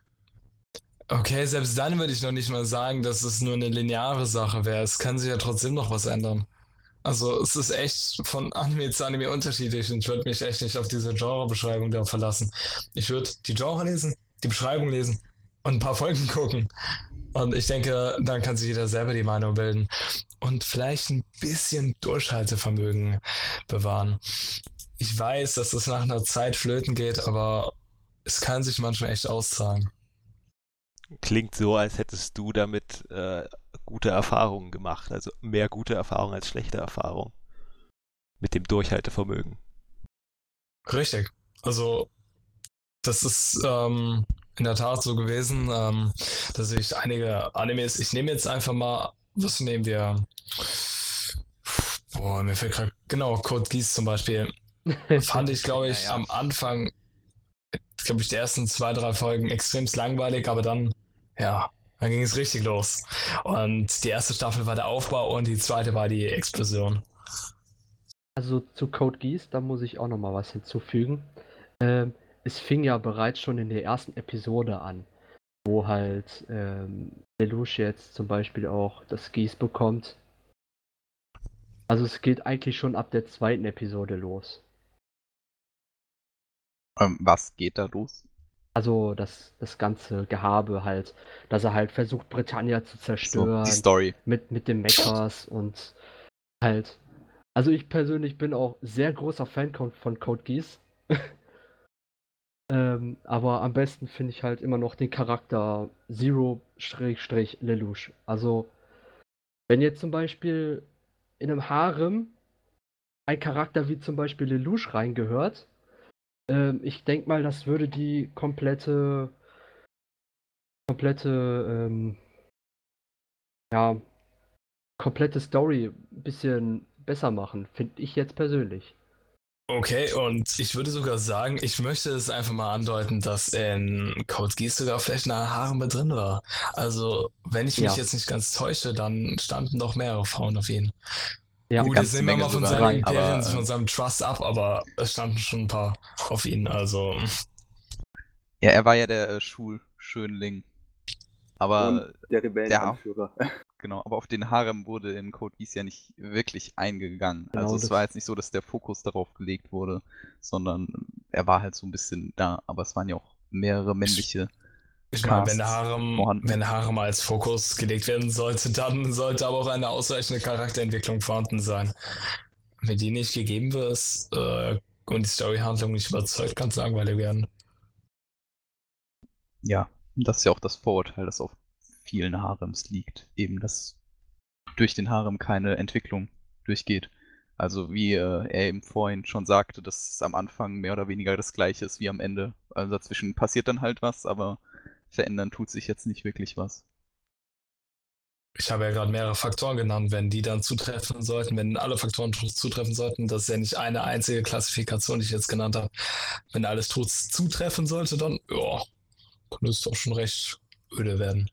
Okay, selbst dann würde ich noch nicht mal sagen, dass es nur eine lineare Sache wäre. Es kann sich ja trotzdem noch was ändern. Also es ist echt von Anime zu Anime unterschiedlich und ich würde mich echt nicht auf diese Genrebeschreibung da verlassen. Ich würde die Genre lesen, die Beschreibung lesen und ein paar Folgen gucken. Und ich denke, dann kann sich jeder selber die Meinung bilden und vielleicht ein bisschen Durchhaltevermögen bewahren. Ich weiß, dass es nach einer Zeit flöten geht, aber es kann sich manchmal echt auszahlen. Klingt so, als hättest du damit äh, gute Erfahrungen gemacht. Also mehr gute Erfahrungen als schlechte Erfahrungen. Mit dem Durchhaltevermögen. Richtig. Also, das ist ähm, in der Tat so gewesen, ähm, dass ich einige Animes, ich nehme jetzt einfach mal, was nehmen wir? Boah, mir fällt gerade, genau, Code Geass zum Beispiel. Fand ich, glaube ich, Ja, ja. am Anfang, glaube ich, die ersten zwei, drei Folgen extremst langweilig, aber dann, ja, dann ging es richtig los. Und die erste Staffel war der Aufbau und die zweite war die Explosion. also zu Code Geass, da muss ich auch noch mal was hinzufügen. Ähm, es fing ja bereits schon in der ersten Episode an, wo halt ähm, Lelouch jetzt zum Beispiel auch das Geass bekommt. Also es geht eigentlich schon ab der zweiten Episode los. Ähm, was geht da los? Also das, das ganze Gehabe halt, dass er halt versucht, Britannia zu So, die zerstören Story. mit, mit den Mechas und halt. Also ich persönlich bin auch sehr großer Fan von von Code Geass. ähm, aber am besten finde ich halt immer noch den Charakter Zero-Lelouch. Also wenn jetzt zum Beispiel in einem Harem ein Charakter wie zum Beispiel Lelouch reingehört, ähm, ich denke mal, das würde die komplette, komplette, ähm, ja, komplette Story ein bisschen besser machen, finde ich jetzt persönlich. Okay, und ich würde sogar sagen, ich möchte es einfach mal andeuten, dass in Code Geass sogar vielleicht eine Haare mit drin war. Also, wenn ich mich Ja. jetzt nicht ganz täusche, dann standen doch mehrere Frauen auf ihn. Ja. Eine Gut, jetzt ganze nehmen wir Menge mal von sogar. seinem Drei. Imperien, Aber, von äh, seinem Trust ab, aber es standen schon ein paar auf ihn. Also, ja, er war ja der äh, Schulschönling. Aber Und der Rebellenanführer. genau, aber auf den Harem wurde in Code Geass ja nicht wirklich eingegangen. Genau, Also es das- war jetzt nicht so, dass der Fokus darauf gelegt wurde, sondern er war halt so ein bisschen da. Aber es waren ja auch mehrere männliche ich meine, wenn der Casts Harem, vorhanden. wenn der Harem als Fokus gelegt werden sollte, dann sollte aber auch eine ausreichende Charakterentwicklung vorhanden sein. Wenn die nicht gegeben wird äh, und die Storyhandlung nicht überzeugt, kann es langweilig werden. Ja, das ist ja auch das Vorurteil, das auf vielen Harems liegt. Eben, dass durch den Harem keine Entwicklung durchgeht. Also wie äh, er eben vorhin schon sagte, dass es am Anfang mehr oder weniger das gleiche ist wie am Ende. Also dazwischen passiert dann halt was, aber verändern tut sich jetzt nicht wirklich was. Ich habe ja gerade mehrere Faktoren genannt, wenn die dann zutreffen sollten, wenn alle Faktoren zutreffen sollten, das ist ja nicht eine einzige Klassifikation, die ich jetzt genannt habe. Wenn alles zutreffen sollte, dann, ja, kann es doch schon recht öde werden.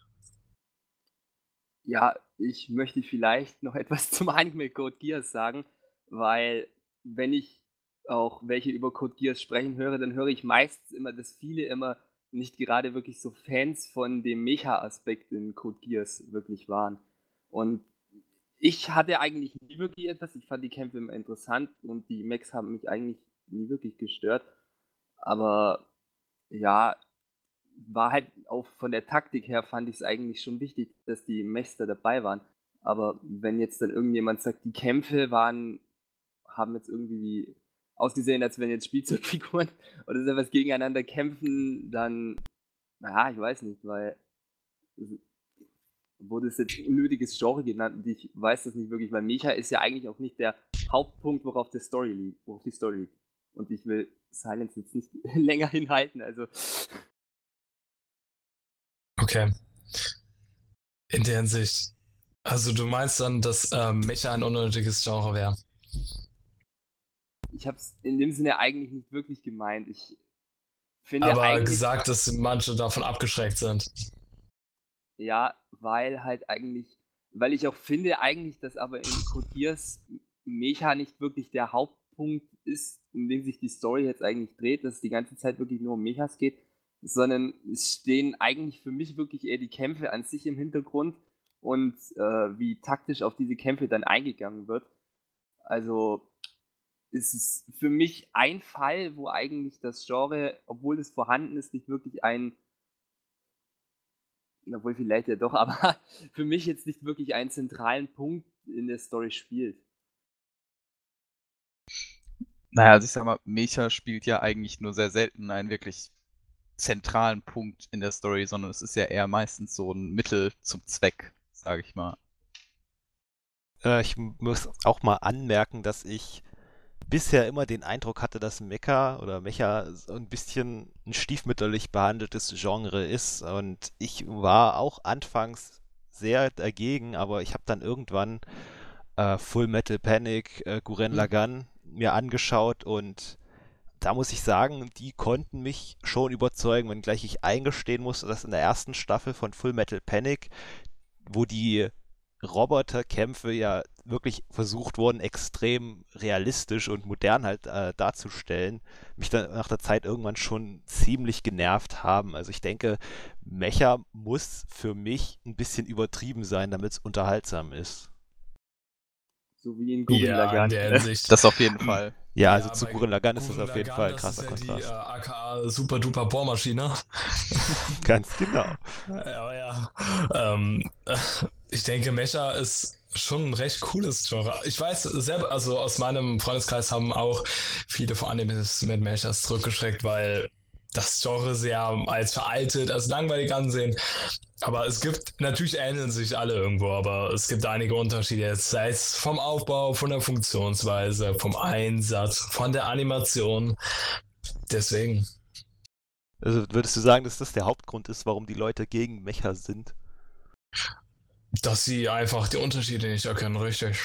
Ja, ich möchte vielleicht noch etwas zum Anime Code Geass sagen, weil wenn ich auch welche über Code Geass sprechen höre, dann höre ich meistens immer, dass viele immer nicht gerade wirklich so Fans von dem Mecha-Aspekt in Code Geass wirklich waren. Und ich hatte eigentlich nie wirklich etwas. Ich fand die Kämpfe immer interessant und die Mechs haben mich eigentlich nie wirklich gestört. Aber ja, war halt auch von der Taktik her fand ich es eigentlich schon wichtig, dass die Mechs da dabei waren. Aber wenn jetzt dann irgendjemand sagt, die Kämpfe waren, haben jetzt irgendwie ausgesehen, als wenn jetzt Spielzeugfiguren oder sowas gegeneinander kämpfen, dann, naja, ich weiß nicht, weil wurde es jetzt unnötiges Genre genannt und ich weiß das nicht wirklich, weil Mecha ist ja eigentlich auch nicht der Hauptpunkt, worauf, der Story liegt, worauf die Story liegt. Und ich will Silence jetzt nicht länger hinhalten, also Okay. In der Hinsicht. Also du meinst dann, dass ähm, Mecha ein unnötiges Genre wäre? ich habe es in dem Sinne eigentlich nicht wirklich gemeint. Ich finde Aber eigentlich, gesagt, dass manche davon abgeschreckt sind. ja, weil halt eigentlich, weil ich auch finde eigentlich, dass aber in Code Geass Mecha nicht wirklich der Hauptpunkt ist, um den sich die Story jetzt eigentlich dreht, dass es die ganze Zeit wirklich nur um Mechas geht, sondern es stehen eigentlich für mich wirklich eher die Kämpfe an sich im Hintergrund und äh, wie taktisch auf diese Kämpfe dann eingegangen wird. Also es ist für mich ein Fall, wo eigentlich das Genre, obwohl es vorhanden ist, nicht wirklich ein, obwohl vielleicht ja doch, aber für mich jetzt nicht wirklich einen zentralen Punkt in der Story spielt. Naja, also ich sag mal, Mecha spielt ja eigentlich nur sehr selten einen wirklich zentralen Punkt in der Story, sondern es ist ja eher meistens so ein Mittel zum Zweck, sage ich mal. Äh, ich muss auch mal anmerken, dass ich bisher immer den Eindruck hatte, dass Mecha oder Mecha so ein bisschen ein stiefmütterlich behandeltes Genre ist. Und ich war auch anfangs sehr dagegen, aber ich habe dann irgendwann äh, Full Metal Panic, äh, Gurren Lagann mir angeschaut und da muss ich sagen, die konnten mich schon überzeugen, wenngleich ich eingestehen musste, dass in der ersten Staffel von Full Metal Panic, wo die Roboterkämpfe ja wirklich versucht wurden, extrem realistisch und modern halt äh, darzustellen, mich dann nach der Zeit irgendwann schon ziemlich genervt haben. Also ich denke, Mecha muss für mich ein bisschen übertrieben sein, damit es unterhaltsam ist. So wie in Gurren Ja, in Lagann. der Hinsicht. Das auf jeden Fall. Ja, also Ja, zu bei Gurren Lagann ist das Gurren auf jeden Lagann, Fall ein das krasser ist ja die Kontrast. äh, aka super duper Bohrmaschine. Ganz genau. Ja, ja. Ähm, ich denke, Mecha ist schon ein recht cooles Genre. Ich weiß selber, also aus meinem Freundeskreis haben auch viele von Animes mit Mechas zurückgeschreckt, weil das Genre sehr als veraltet, als langweilig ansehen. Aber es gibt, natürlich ähneln sich alle irgendwo, aber es gibt einige Unterschiede jetzt, sei es vom Aufbau, von der Funktionsweise, vom Einsatz, von der Animation. Deswegen. Also würdest du sagen, dass das der Hauptgrund ist, warum die Leute gegen Mecha sind? Dass sie einfach die Unterschiede nicht erkennen, richtig.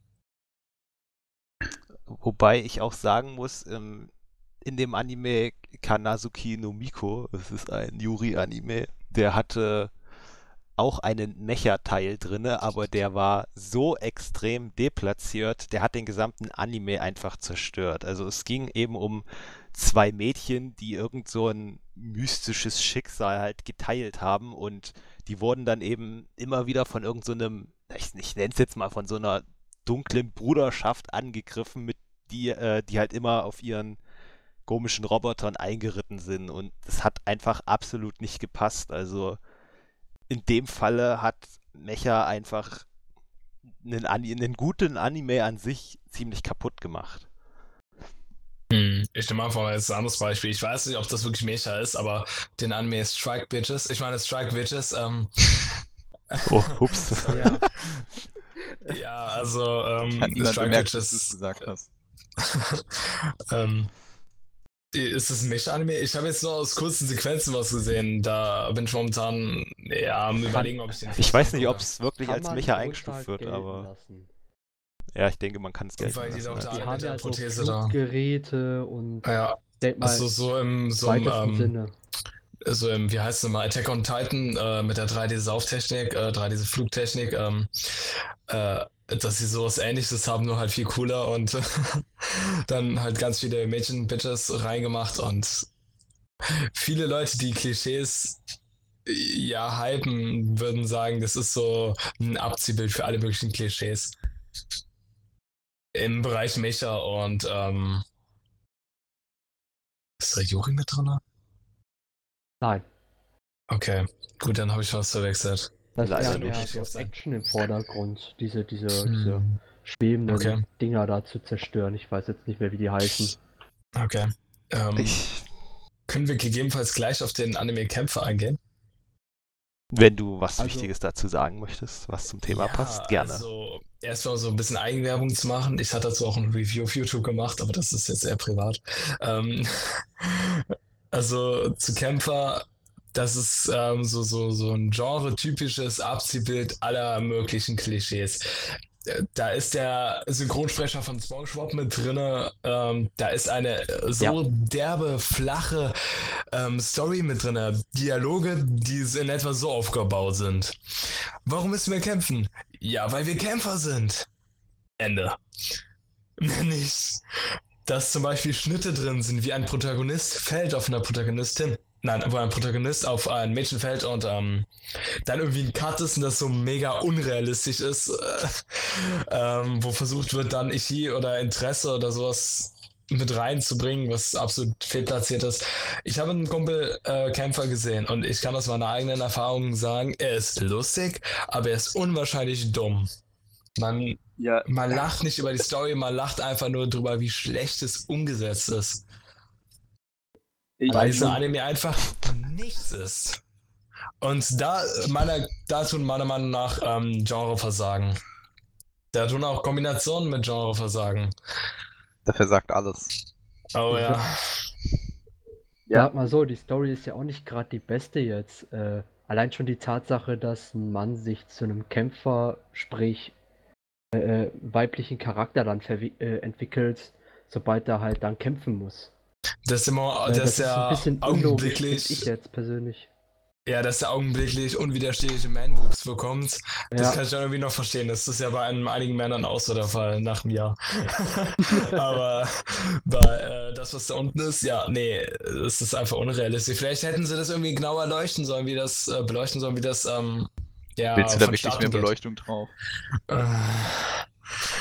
Wobei ich auch sagen muss, ähm, in dem Anime Kanazuki no Miko, das ist ein Yuri-Anime, der hatte auch einen Mecha-Teil drinne, aber der war so extrem deplatziert, der hat den gesamten Anime einfach zerstört. Also es ging eben um zwei Mädchen, die irgend so ein mystisches Schicksal halt geteilt haben und die wurden dann eben immer wieder von irgend so einem, ich, ich nenne es jetzt mal von so einer dunklen Bruderschaft angegriffen, mit die, äh, die halt immer auf ihren komischen Robotern eingeritten sind und das hat einfach absolut nicht gepasst. Also in dem Falle hat Mecha einfach einen, einen guten Anime an sich ziemlich kaputt gemacht. Hm, ich nehme einfach mal jetzt ein anderes Beispiel. Ich weiß nicht, ob das wirklich Mecha ist, aber den Anime Strike Bitches. Ich meine Strike Bitches, ähm. Oh, ups. Ja. Ja, also, ähm, Hat niemand Strike bemerkt, dass du es Bitches. gesagt hast. ähm, ist es ein Mecha-Anime? Ich habe jetzt nur aus kurzen Sequenzen was gesehen. Da bin ich momentan ja, am überlegen, ob ich den Ich weiß nicht, ob angucke. es wirklich Kann als man Mecha Urteil eingestuft wird, gelten aber lassen. ja, ich denke, man kann es gelten Weil die lassen. doch Ja. da- Die mit haben der ja so Prothese da. Fluggeräte und Ja, denk mal also so im, so im im, weitesten ähm, Sinne. so im, wie heißt es mal, Attack on Titan äh, mit der drei D-Sauftechnik, äh, drei D-Flugtechnik, ähm, äh, dass sie sowas Ähnliches haben, nur halt viel cooler und dann halt ganz viele Mädchen-Bitches reingemacht und viele Leute, die Klischees ja hypen, würden sagen, das ist so ein Abziehbild für alle möglichen Klischees im Bereich Mecha und ähm, ist da Yuri mit drin? Nein. Okay, gut, dann habe ich was verwechselt. Das ist Leider eher mehr nicht. so Action im Vordergrund, diese, diese, diese Hm. schwebenden Okay. Dinger da zu zerstören. Ich weiß jetzt nicht mehr, wie die heißen. Okay. Ähm, Ich, können wir gegebenenfalls gleich auf den Anime-Kämpfer eingehen? wenn du was Also- Wichtiges dazu sagen möchtest, was zum Thema passt, gerne. Also erstmal so ein bisschen Eigenwerbung zu machen. Ich hatte dazu auch ein Review auf YouTube gemacht, aber das ist jetzt eher privat. Ähm, also zu Kämpfer, das ist ähm, so, so, so ein genre-typisches Abziehbild aller möglichen Klischees. Äh, Da ist der Synchronsprecher von SpongeBob mit drinne. Ähm, da ist eine äh, so Ja. derbe, flache ähm, Story mit drinne. Dialoge, die in etwa so aufgebaut sind. Warum müssen wir kämpfen? Ja, weil wir Kämpfer sind. Ende. Nicht, dass zum Beispiel Schnitte drin sind, wie ein Protagonist fällt auf eine Protagonistin. Nein, wo ein Protagonist auf ein Mädchen fällt und ähm, dann irgendwie ein Cut ist und das so mega unrealistisch ist, äh, ähm, wo versucht wird, dann Ichi oder Interesse oder sowas mit reinzubringen, was absolut fehlplatziert ist. Ich habe einen Kumpel äh, Kämpfer gesehen und ich kann aus meiner eigenen Erfahrung sagen, er ist lustig, aber er ist unwahrscheinlich dumm. Man, Ja, man lacht nicht über die Story, man lacht einfach nur drüber, wie schlecht es umgesetzt ist. ich, Weil dieser Anime einfach nichts ist. Und da, meiner, da tun meiner Meinung nach ähm, Genreversagen. Da tun auch Kombinationen mit Genreversagen. Da versagt alles. Oh ja. ja, Sag mal so, die Story ist ja auch nicht gerade die beste jetzt. Äh, allein schon die Tatsache, dass ein Mann sich zu einem Kämpfer, sprich äh, äh, weiblichen Charakter dann verwi- äh, entwickelt, sobald er halt dann kämpfen muss. Das ist immer, Äh, das ist ja ein bisschen unlogisch, finde augenblicklich, ich jetzt persönlich. ja, dass er augenblicklich unwiderstehliche Man-Boobs bekommt. Das Ja. kann ich dann irgendwie noch verstehen. Das ist ja bei einem, einigen Männern auch so der Fall, nach einem Jahr. Aber bei äh, das, was da unten ist, ja, nee, es ist einfach unrealistisch. Vielleicht hätten sie das irgendwie genauer leuchten sollen, wie das, äh, beleuchten sollen, wie das, ähm, ja, Willst du da wirklich vonstatten mehr geht. Beleuchtung drauf? Äh,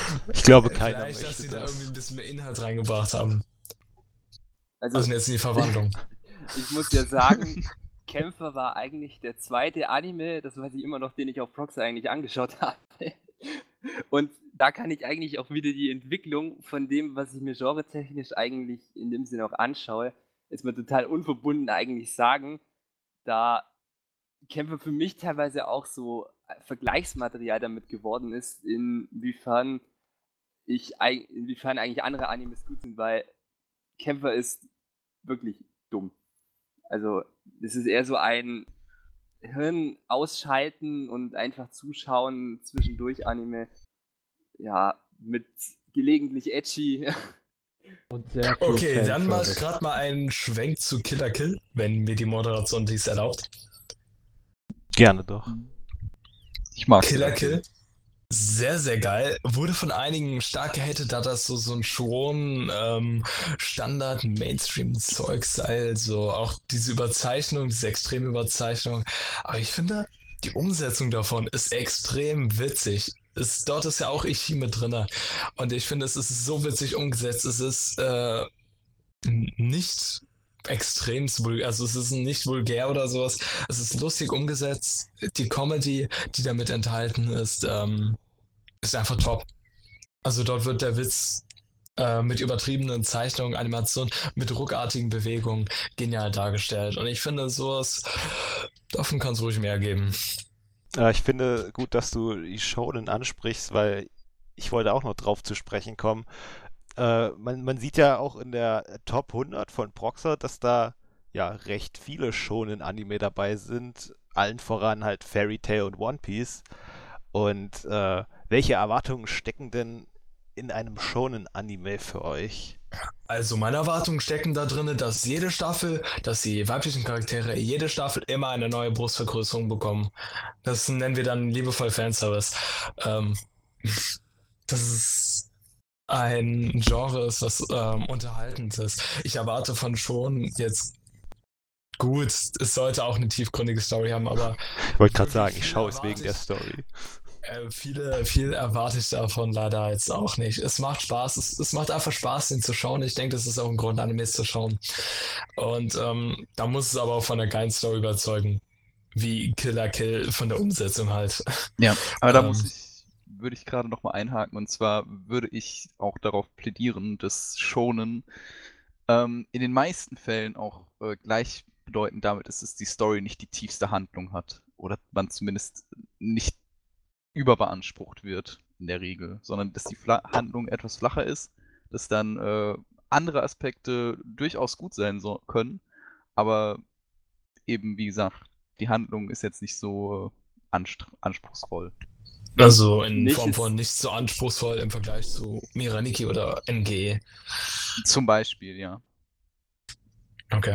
Ich glaube, keiner Vielleicht, dass sie möchte da das. irgendwie ein bisschen mehr Inhalt reingebracht haben. Also, Also jetzt in die Verwandlung. ich muss ja sagen, Kämpfer war eigentlich der zweite Anime, das weiß ich immer noch, den ich auf Proxer eigentlich angeschaut habe. Und da kann ich eigentlich auch wieder die Entwicklung von dem, was ich mir genretechnisch eigentlich in dem Sinne auch anschaue, ist mir total unverbunden eigentlich sagen, da Kämpfer für mich teilweise auch so Vergleichsmaterial damit geworden ist, inwiefern ich eig- inwiefern eigentlich andere Animes gut sind, weil Kämpfer ist wirklich dumm. Also, es ist eher so ein Hirn ausschalten und einfach zuschauen zwischendurch Anime. Ja, mit gelegentlich edgy. Und sehr viel Okay, dann mach Fanservice. gerade mal einen Schwenk zu Killer Kill, wenn mir die Moderation dies erlaubt. Gerne doch. Ich mag Killer Kill. Sehr, sehr geil. Wurde von einigen stark gehatet, da das so, so ein schon ähm, Standard-Mainstream-Zeug sei. Also auch diese Überzeichnung, diese extreme Überzeichnung. Aber ich finde, die Umsetzung davon ist extrem witzig. Es, dort ist ja auch Ichi mit drin. Und ich finde, es ist so witzig umgesetzt. Es ist äh, nicht extrem vulgär, also es ist nicht vulgär oder sowas. Es ist lustig umgesetzt. Die Comedy, die damit enthalten ist, ähm, ist einfach top. Also dort wird der Witz äh, mit übertriebenen Zeichnungen, Animationen, mit ruckartigen Bewegungen genial dargestellt. Und ich finde, sowas, davon kann es ruhig mehr geben. Äh, ich finde gut, dass du die Shonen ansprichst, weil ich wollte auch noch drauf zu sprechen kommen. Äh, man, man sieht ja auch in der Top hundert von Proxer, dass da ja recht viele Shonen-Anime dabei sind. Allen voran halt Fairy Tail und One Piece. Und äh, welche Erwartungen stecken denn in einem Shonen-Anime für euch? Also meine Erwartungen stecken da drin, dass jede Staffel, dass die weiblichen Charaktere jede Staffel immer eine neue Brustvergrößerung bekommen. Das nennen wir dann liebevoll Fanservice. Ähm, das ist ein Genre ist, was ähm, unterhaltend ist. Ich erwarte von schon jetzt gut, es sollte auch eine tiefgründige Story haben, aber Ich wollte gerade wirklich sagen, ich viel schaue es erwarte wegen der ich- Story. äh, viele, viel erwarte ich davon leider jetzt auch nicht. Es macht Spaß, es, es macht einfach Spaß, den zu schauen. Ich denke, das ist auch ein Grund, Animes zu schauen. Und ähm, da muss es aber auch von der geilen Story überzeugen. Wie Killer Kill von der Umsetzung halt. Ja, aber da Ähm. muss ich, würde ich gerade noch mal einhaken, und zwar würde ich auch darauf plädieren, dass Shonen ähm, in den meisten Fällen auch äh, gleichbedeutend damit ist, dass die Story nicht die tiefste Handlung hat oder man zumindest nicht überbeansprucht wird in der Regel, sondern dass die Fla Handlung etwas flacher ist, dass dann äh, andere Aspekte durchaus gut sein so können, aber eben wie gesagt, die Handlung ist jetzt nicht so äh, anst- anspruchsvoll. Also in Nicht Form ist- von nicht so anspruchsvoll im Vergleich zu Miraniki oder N G E. Zum Beispiel, ja. Okay.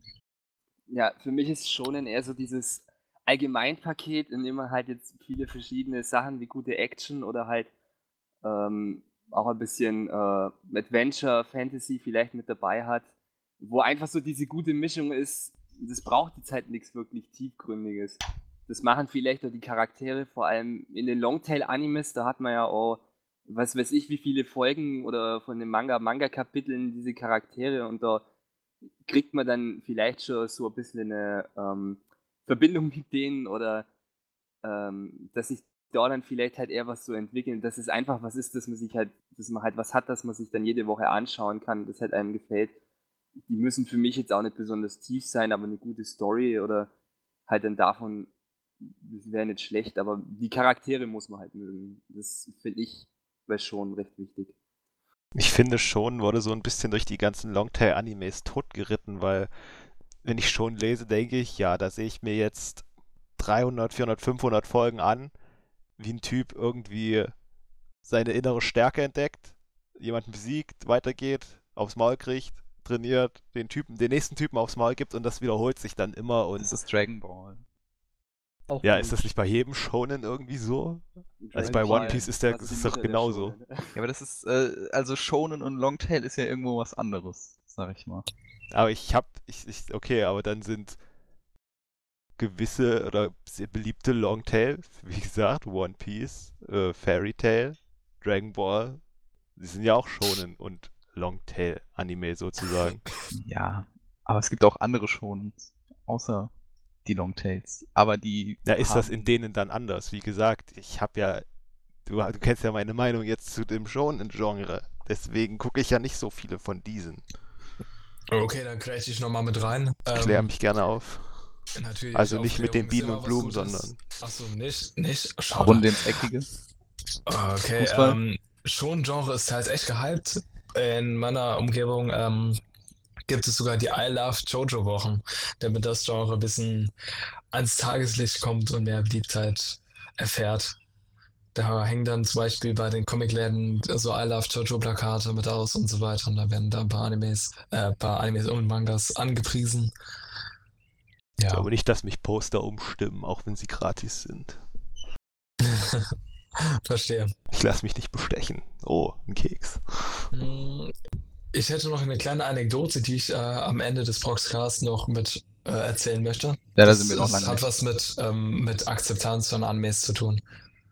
Ja, für mich ist Shonen eher so dieses Allgemeinpaket, in dem man halt jetzt viele verschiedene Sachen wie gute Action oder halt ähm, auch ein bisschen äh, Adventure, Fantasy vielleicht mit dabei hat, wo einfach so diese gute Mischung ist. Das braucht jetzt halt nichts wirklich Tiefgründiges. Das machen vielleicht auch die Charaktere, vor allem in den Longtail-Animes, da hat man ja auch, was weiß ich, wie viele Folgen oder von den Manga-Manga-Kapiteln diese Charaktere und da kriegt man dann vielleicht schon so ein bisschen eine ähm, Verbindung mit denen oder ähm, dass sich da dann vielleicht halt eher was so entwickeln, dass es einfach was ist, dass man sich halt, dass man halt was hat, dass man sich dann jede Woche anschauen kann, das halt einem gefällt. Die müssen für mich jetzt auch nicht besonders tief sein, aber eine gute Story oder halt dann davon, das wäre nicht schlecht, aber die Charaktere muss man halt mögen. Das finde ich wäre schon recht wichtig. Ich finde schon, wurde so ein bisschen durch die ganzen Longtail-Animes totgeritten, weil wenn ich schon lese, denke ich, ja, da sehe ich mir jetzt dreihundert, vierhundert, fünfhundert Folgen an, wie ein Typ irgendwie seine innere Stärke entdeckt, jemanden besiegt, weitergeht, aufs Maul kriegt, trainiert, den Typen, den nächsten Typen aufs Maul gibt und das wiederholt sich dann immer und Das ist Dragon Ball. Auch ja, gut. ist das nicht bei jedem Shonen irgendwie so? Also bei Dragon One Ball Piece ist der- fast ist die es doch Mutter der genauso. Shonen. Ja, aber das ist, äh, also Shonen und Longtail ist ja irgendwo was anderes, sag ich mal. Aber ich hab, ich, ich, okay, aber dann sind gewisse oder sehr beliebte Longtail, wie gesagt, One Piece, äh, Fairy Tail, Dragon Ball, die sind ja auch Shonen und Longtail-Anime sozusagen. Ja, aber es gibt auch andere Shonens, außer die Longtails. Aber die Ja, ist das haben- in denen dann anders? Wie gesagt, ich habe ja, du, du kennst ja meine Meinung jetzt zu dem Shonen-Genre. Deswegen gucke ich ja nicht so viele von diesen. Okay, dann grätsch ich nochmal mit rein. Klär Ähm, mich gerne auf. natürlich Also nicht mit den Aufklärung ist Bienen immer und was Blumen, Gutes. sondern Achso, nicht, nicht. Schade. Runde ins Eckige. Okay, Fußball? ähm, schon Genre ist halt echt gehypt. In meiner Umgebung ähm, gibt es sogar die I Love Jojo Wochen, damit das Genre ein bisschen ans Tageslicht kommt und mehr Beliebtheit erfährt. Da hängen dann zum Beispiel bei den Comicläden so I Love Jojo Plakate mit aus und so weiter. Und da werden da ein paar Animes, äh, ein paar Animes und Mangas angepriesen. ich Ja. glaube nicht, dass mich Poster umstimmen, auch wenn sie gratis sind. Verstehe. Ich lasse mich nicht bestechen. Oh, ein Keks. Hm, Ich hätte noch eine kleine Anekdote, die ich äh, am Ende des Proxcasts noch mit äh, erzählen möchte. Ja, da das sind wir noch ist, lange hat nicht. was mit, ähm, mit Akzeptanz von Animes zu tun.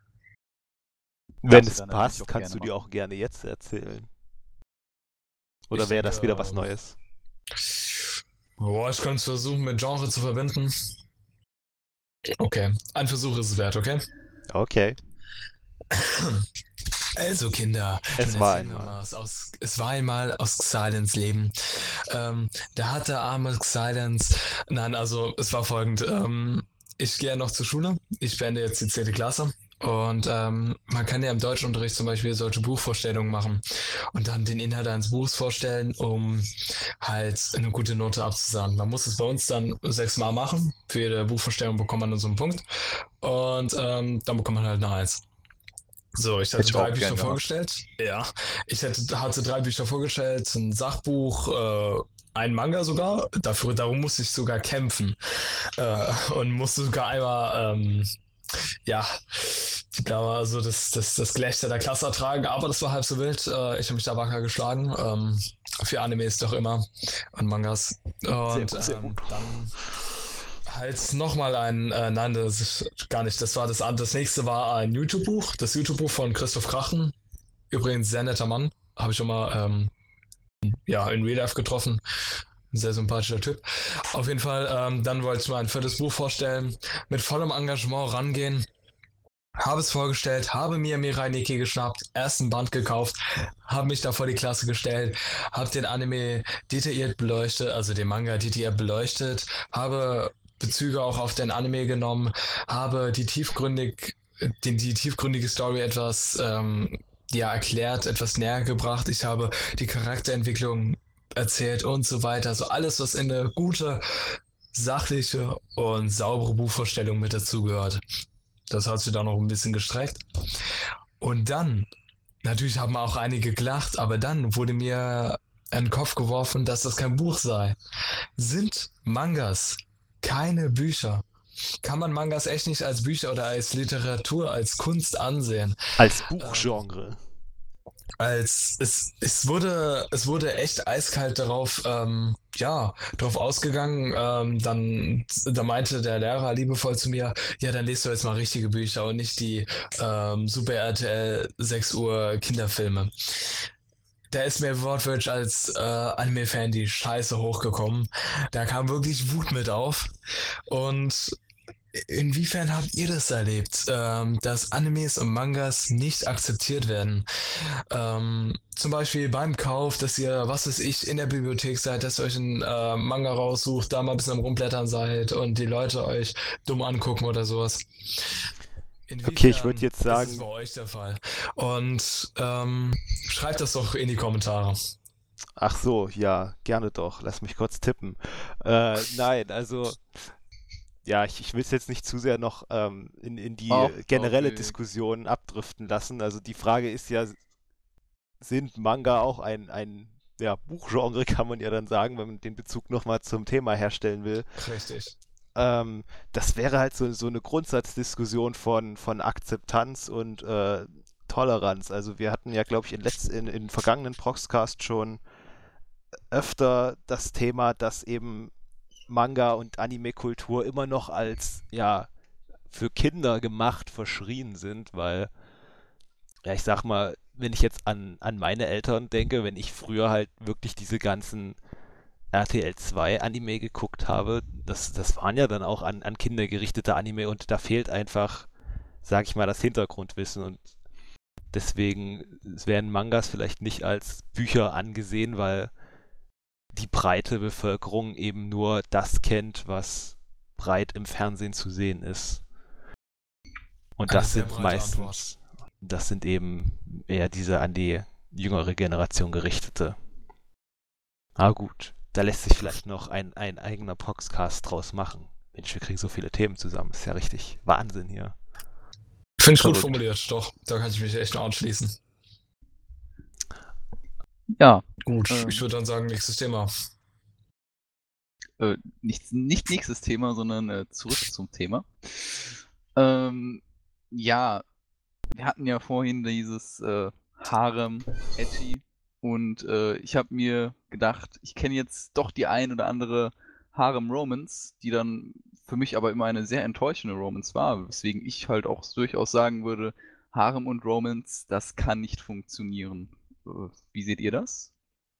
Wenn Darfst du es dann natürlich passt, auch kannst du gerne dir machen. auch gerne jetzt erzählen. Oder Ich wäre das denke, wieder was ähm, Neues? Boah, ich könnte es versuchen, mit Genre zu verbinden. Okay, ein Versuch ist es wert, okay? Okay. Also Kinder, Es nun war erzählen wir einmal. mal was aus, es war einmal aus Xylens Leben. Ähm, da hat der arme Xylens, nein, also es war folgend, ähm, ich gehe ja noch zur Schule, ich beende jetzt die zehnte Klasse und ähm, man kann ja im Deutschunterricht zum Beispiel solche Buchvorstellungen machen und dann den Inhalt eines Buchs vorstellen, um halt eine gute Note abzusahnen. Man muss es bei uns dann sechsmal machen, für jede Buchvorstellung bekommt man dann so einen Punkt und ähm, dann bekommt man halt eine Eins. So, ich hatte Hätte ich drei auch Bücher gern gemacht. vorgestellt. Ja, ich hätte, hatte drei Bücher vorgestellt, ein Sachbuch, äh, ein Manga sogar. Dafür, darum musste ich sogar kämpfen. Äh, und musste sogar einmal, ähm, ja, ich glaube, also das, das, das Gelächter der Klasse ertragen, aber das war halb so wild. Äh, ich habe mich da wacker geschlagen. Ähm, für Animes doch immer und Mangas. Und gut, sehr ähm, gut. dann halt nochmal ein, äh, nein, das ist gar nicht, das war das, das nächste war ein YouTube-Buch, das YouTube-Buch von Christoph Krachen, übrigens sehr netter Mann, habe ich schon mal, ähm, ja, in Real Life getroffen, ein sehr sympathischer Typ. Auf jeden Fall, ähm, dann wollte ich mal ein viertes Buch vorstellen, mit vollem Engagement rangehen, habe es vorgestellt, habe mir Mirai Nikki geschnappt, ersten Band gekauft, habe mich da vor die Klasse gestellt, habe den Anime detailliert beleuchtet, also den Manga detailliert beleuchtet, habe Bezüge auch auf den Anime genommen, habe die tiefgründig, die, die tiefgründige Story etwas ähm, ja, erklärt, etwas näher gebracht. Ich habe die Charakterentwicklung erzählt und so weiter. Also alles, was in eine gute, sachliche und saubere Buchvorstellung mit dazugehört. Das hat sich dann noch ein bisschen gestreckt. Und dann, natürlich haben auch einige gelacht, aber dann wurde mir in den Kopf geworfen, dass das kein Buch sei. Sind Mangas keine Bücher? Kann man Mangas echt nicht als Bücher oder als Literatur, als Kunst ansehen? Als Buchgenre. Als es, es wurde, es wurde echt eiskalt darauf, ähm, ja, darauf ausgegangen. Ähm, dann, da meinte der Lehrer liebevoll zu mir, ja, dann lest du jetzt mal richtige Bücher und nicht die ähm, Super R T L sechs Uhr Kinderfilme. Da ist mir wortwörtlich als äh, Anime-Fan die Scheiße hochgekommen. Da kam wirklich Wut mit auf. Und inwiefern habt ihr das erlebt, ähm, dass Animes und Mangas nicht akzeptiert werden? Ähm, zum Beispiel beim Kauf, dass ihr, was weiß ich, in der Bibliothek seid, dass ihr euch einen äh, Manga raussucht, da mal ein bisschen am Rumblättern seid und die Leute euch dumm angucken oder sowas. Inwiefern Okay, ich würde jetzt ist sagen, es bei euch der Fall? Und ähm, schreibt das doch in die Kommentare. ach so, ja, gerne doch. Lass mich kurz tippen. Äh, nein, also, ja, ich, ich will es jetzt nicht zu sehr noch ähm, in, in die Ach, generelle okay. Diskussion abdriften lassen. Also die Frage ist ja, sind Manga auch ein, ein ja, Buchgenre, kann man ja dann sagen, wenn man den Bezug nochmal zum Thema herstellen will. Richtig. Ähm, das wäre halt so, so eine Grundsatzdiskussion von, von Akzeptanz und äh, Toleranz. Also wir hatten ja, glaube ich, in, letz-, in, in vergangenen Proxcast schon öfter das Thema, dass eben Manga und Anime-Kultur immer noch als, ja, für Kinder gemacht verschrien sind, weil ja, ich sag mal, wenn ich jetzt an, an meine Eltern denke, wenn ich früher halt wirklich diese ganzen R T L zwei Anime geguckt habe, das, das waren ja dann auch an, an Kinder gerichtete Anime und da fehlt einfach, sag ich mal, das Hintergrundwissen und deswegen werden Mangas vielleicht nicht als Bücher angesehen, weil die breite Bevölkerung eben nur das kennt, was breit im Fernsehen zu sehen ist. Und Eine das sehr sind breite meistens, das sind eben eher diese an die jüngere Generation gerichtete. Ah gut, da lässt sich vielleicht noch ein, ein eigener Podcast draus machen. Mensch, wir kriegen so viele Themen zusammen. Ist ja richtig Wahnsinn hier. Finde ich gut Verrückt. formuliert, doch. Da kann ich mich echt nur anschließen. Ja, Gut, Ähm. ich würde dann sagen, nächstes Thema. äh, nicht, nicht nächstes Thema, sondern äh, zurück zum Thema. Ähm, ja, wir hatten ja vorhin dieses äh, Harem-Edgy und äh, ich habe mir gedacht, ich kenne jetzt doch die ein oder andere Harem-Romance, die dann für mich aber immer eine sehr enttäuschende Romance war, weswegen ich halt auch durchaus sagen würde, Harem und Romance, das kann nicht funktionieren. Äh, Wie seht ihr das?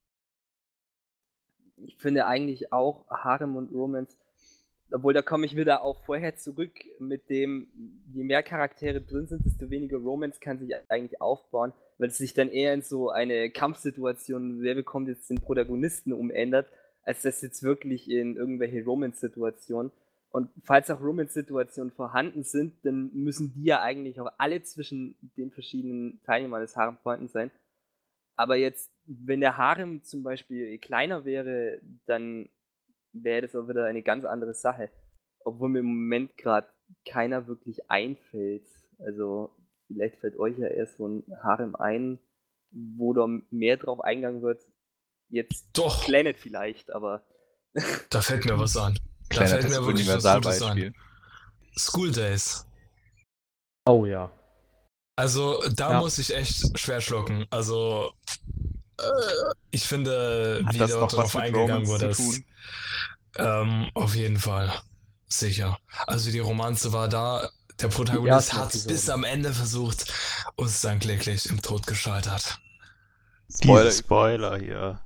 Ich finde eigentlich auch Harem und Romance, obwohl da komme ich wieder auch vorher zurück mit dem, je mehr Charaktere drin sind, desto weniger Romance kann sich eigentlich aufbauen, weil es sich dann eher in so eine Kampfsituation, wer bekommt jetzt den Protagonisten, umändert, als dass jetzt wirklich in irgendwelche Romance-Situationen. Und falls auch Romance-Situationen vorhanden sind, dann müssen die ja eigentlich auch alle zwischen den verschiedenen Teilnehmern des Harem vorhanden sein. Aber jetzt, wenn der Harem zum Beispiel kleiner wäre, dann wäre das auch wieder eine ganz andere Sache. Obwohl mir im Moment gerade keiner wirklich einfällt. Also vielleicht fällt euch ja erst so ein Harem ein, wo da mehr drauf eingegangen wird. Jetzt Doch, Planet vielleicht, aber da fällt mir was an. Da Kleiner fällt das mir wirklich was Gutes an. Universalbeispiel. School Days. Oh ja. Also da Ja. muss ich echt schwer schlucken. Also äh, ich finde, Hat wie das dort noch was darauf mit eingegangen Romance wurde, zu ist tun? ähm, auf jeden Fall sicher. Also die Romanze war da. Der Protagonist ersten hat es bis Episoden. am Ende versucht und ist dann kläglich im Tod gescheitert. Diese Spoiler hier.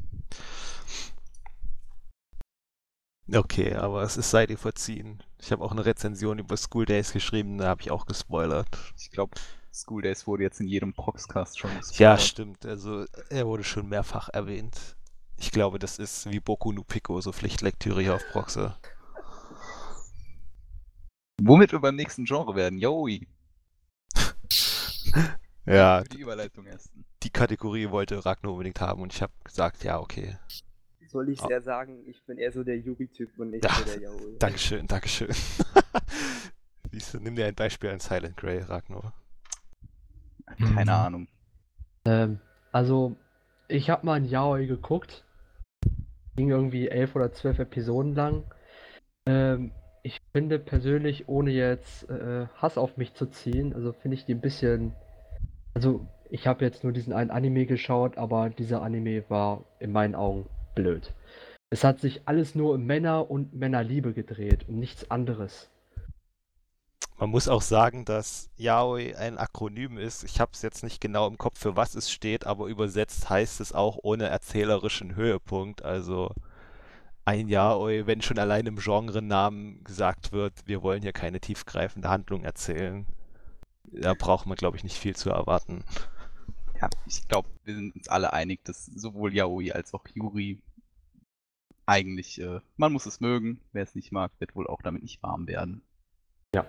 Okay, aber es ist sei dir verziehen. Ich habe auch eine Rezension über School Days geschrieben, da habe ich auch gespoilert. Ich glaube, School Days wurde jetzt in jedem Proxcast schon gespoilert. Ja, stimmt. Also er wurde schon mehrfach erwähnt. Ich glaube, das ist wie Boku no Pico, so Pflichtlektüre hier auf Proxe. Womit wir beim nächsten Genre werden. Yoi. Ja, Für die Überleitung erst. die Kategorie wollte Ragnar unbedingt haben und ich habe gesagt, ja, okay. soll ich Ah. eher sagen, ich bin eher so der Yuri-Typ und nicht Ja, so der Yaoi. Dankeschön, Dankeschön. Siehst du, nimm dir ein Beispiel an Silent Grey, Ragnar. Keine Mhm. Ahnung. Ähm, also, ich habe mal ein Yaoi geguckt. Ging irgendwie elf oder zwölf Episoden lang. Ähm, ich finde persönlich, ohne jetzt äh, Hass auf mich zu ziehen, also finde ich die ein bisschen. Also, ich habe jetzt nur diesen einen Anime geschaut, aber dieser Anime war in meinen Augen blöd. Es hat sich alles nur um Männer und Männerliebe gedreht, um nichts anderes. Man muss auch sagen, dass Yaoi ein Akronym ist. Ich habe es jetzt nicht genau im Kopf, für was es steht, aber übersetzt heißt es auch ohne erzählerischen Höhepunkt. Also ein Yaoi, wenn schon allein im Genrenamen gesagt wird, wir wollen hier keine tiefgreifende Handlung erzählen. Da braucht man, glaube ich, nicht viel zu erwarten. Ja, ich glaube, wir sind uns alle einig, dass sowohl Yaoi als auch Yuri eigentlich, äh, man muss es mögen. Wer es nicht mag, wird wohl auch damit nicht warm werden. Ja.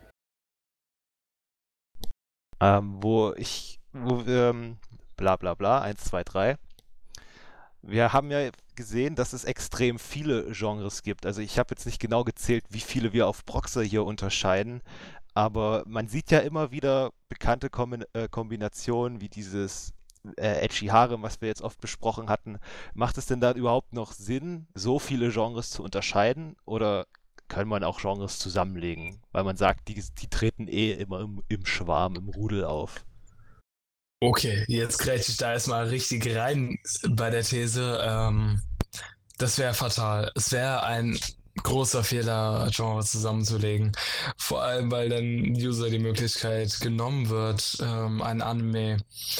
Ähm, wo ich, wo wir, ähm, bla bla bla, eins, zwei, drei. Wir haben ja gesehen, dass es extrem viele Genres gibt. Also ich habe jetzt nicht genau gezählt, wie viele wir auf Proxe hier unterscheiden, aber man sieht ja immer wieder bekannte Kombi äh, Kombinationen wie dieses äh, Edgy Harem, was wir jetzt oft besprochen hatten. Macht es denn da überhaupt noch Sinn, so viele Genres zu unterscheiden oder kann man auch Genres zusammenlegen? Weil man sagt, die, die treten eh immer im, im Schwarm, im Rudel auf. Okay, jetzt grätsche ich da erstmal richtig rein bei der These. Ähm, das wäre fatal. Es wäre ein großer Fehler, Genre zusammenzulegen. Vor allem, weil dann User die Möglichkeit genommen wird, ähm, ein Anime.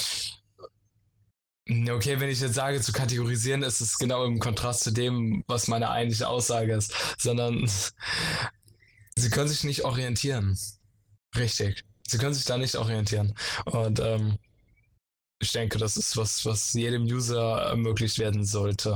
Okay, wenn ich jetzt sage, zu kategorisieren, ist es genau im Kontrast zu dem, was meine eigentliche Aussage ist, sondern sie können sich nicht orientieren. Richtig. Sie können sich da nicht orientieren. Und ähm, ich denke, das ist was, was jedem User ermöglicht werden sollte.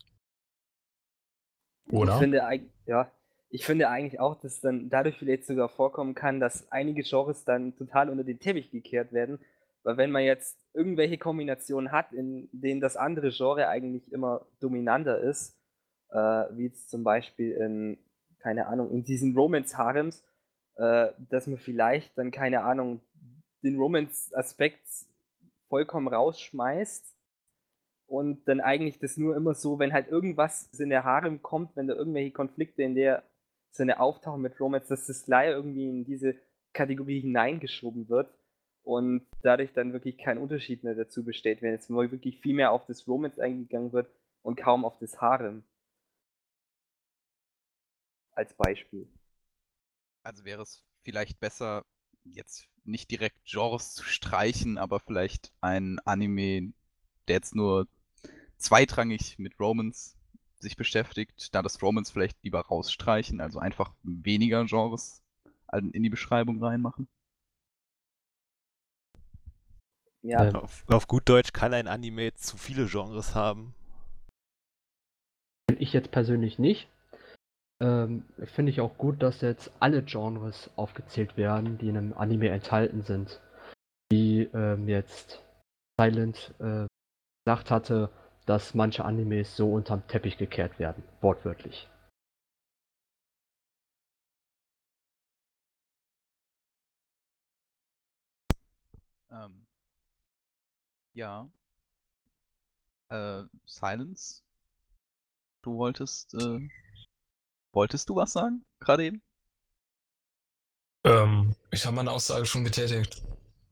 Oder? Ich finde, eig- ja, ich finde eigentlich auch, dass dann dadurch vielleicht sogar vorkommen kann, dass einige Genres dann total unter den Teppich gekehrt werden. Weil wenn man jetzt irgendwelche Kombinationen hat, in denen das andere Genre eigentlich immer dominanter ist, äh, wie jetzt zum Beispiel in, keine Ahnung, in diesen Romance-Harems, äh, dass man vielleicht dann, keine Ahnung, den Romance-Aspekt vollkommen rausschmeißt und dann eigentlich das nur immer so, wenn halt irgendwas in der Harem kommt, wenn da irgendwelche Konflikte in der Sinne auftauchen mit Romance, dass das gleich irgendwie in diese Kategorie hineingeschoben wird und dadurch dann wirklich kein Unterschied mehr dazu besteht, wenn jetzt mal wirklich viel mehr auf das Romance eingegangen wird und kaum auf das Harem. Als Beispiel. Also wäre es vielleicht besser, jetzt nicht direkt Genres zu streichen, aber vielleicht ein Anime, der jetzt nur zweitrangig mit Romance sich beschäftigt, da das Romance vielleicht lieber rausstreichen, also einfach weniger Genres in die Beschreibung reinmachen. Ja, Ähm, Auf, auf gut Deutsch kann ein Anime zu viele Genres haben. Ich jetzt persönlich nicht. Ähm, Finde ich auch gut, dass jetzt alle Genres aufgezählt werden, die in einem Anime enthalten sind. Wie ähm, jetzt Silent äh, gesagt hatte, dass manche Animes so unterm Teppich gekehrt werden. Wortwörtlich. Ähm, ja. Äh, Silence, du wolltest, äh, wolltest du was sagen, gerade eben? Ähm, ich habe meine Aussage schon getätigt.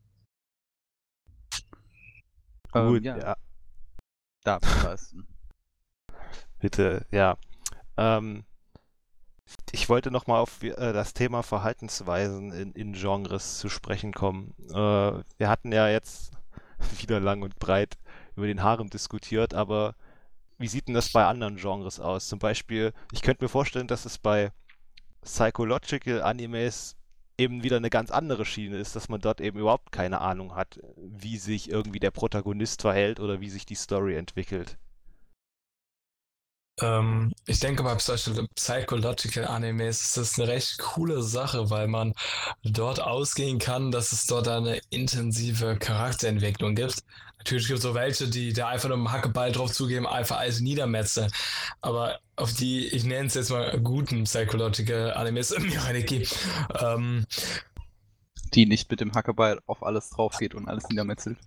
Gut, Ähm, ja. ja, Darf ich leisten. bitte, ja. Ähm, ich wollte nochmal auf äh, das Thema Verhaltensweisen in, in Genres zu sprechen kommen. Äh, wir hatten ja jetzt wieder lang und breit über den Harem diskutiert, aber wie sieht denn das bei anderen Genres aus? Zum Beispiel, ich könnte mir vorstellen, dass es bei Psychological Animes eben wieder eine ganz andere Schiene ist, dass man dort eben überhaupt keine Ahnung hat, wie sich irgendwie der Protagonist verhält oder wie sich die Story entwickelt. Ähm, ich denke, bei Psycho- Psychological Animes ist das eine recht coole Sache, weil man dort ausgehen kann, dass es dort eine intensive Charakterentwicklung gibt. Natürlich gibt es so welche, die da einfach nur einen Hackeball drauf zugeben, einfach alles niedermetzeln. Aber auf die, ich nenne es jetzt mal guten Psychological Animes, Miraniki, ähm, Die nicht mit dem Hackebeil auf alles drauf geht und alles niedermetzelt.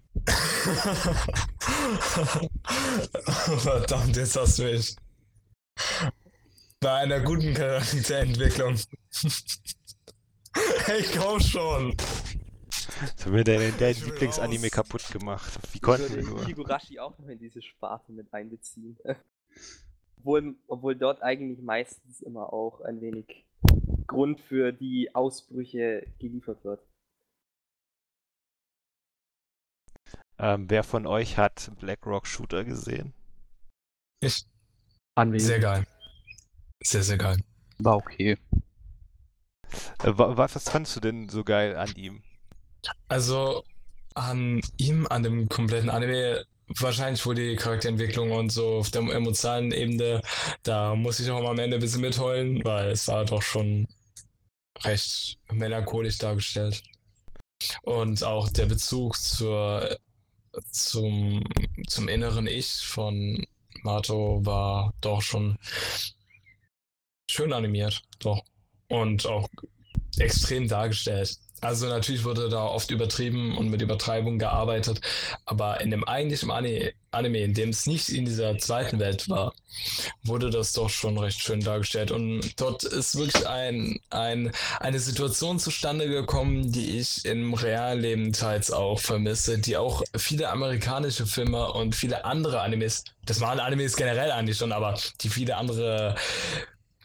Verdammt, jetzt hast du mich. Bei einer guten Charakterentwicklung. Ich komm schon. Jetzt haben wir deinen, deinen Ich will Lieblingsanime raus. kaputt gemacht. Wie ich konnten wir würde nur? Higurashi auch noch in diese Sparte mit einbeziehen. obwohl, obwohl dort eigentlich meistens immer auch ein wenig Grund für die Ausbrüche geliefert wird. Ähm, wer von euch hat Black Rock Shooter gesehen? Ich, Anwesend. sehr geil. Sehr, sehr geil. War okay. Äh, wa- was, was fandest du denn so geil an ihm? Also an ihm, an dem kompletten Anime, wahrscheinlich wohl die Charakterentwicklung und so auf der emotionalen Ebene, da muss ich auch mal am Ende ein bisschen mitheulen, weil es war doch schon recht melancholisch dargestellt. Und auch der Bezug zur, zum, zum inneren Ich von Mato war doch schon schön animiert, doch. Und auch extrem dargestellt. Also natürlich wurde da oft übertrieben und mit Übertreibung gearbeitet, aber in dem eigentlichen Ani- Anime, in dem es nicht in dieser zweiten Welt war, wurde das doch schon recht schön dargestellt. Und dort ist wirklich ein, ein, eine Situation zustande gekommen, die ich im Realleben teils auch vermisse, die auch viele amerikanische Filme und viele andere Animes, das waren Animes generell eigentlich schon, aber die viele andere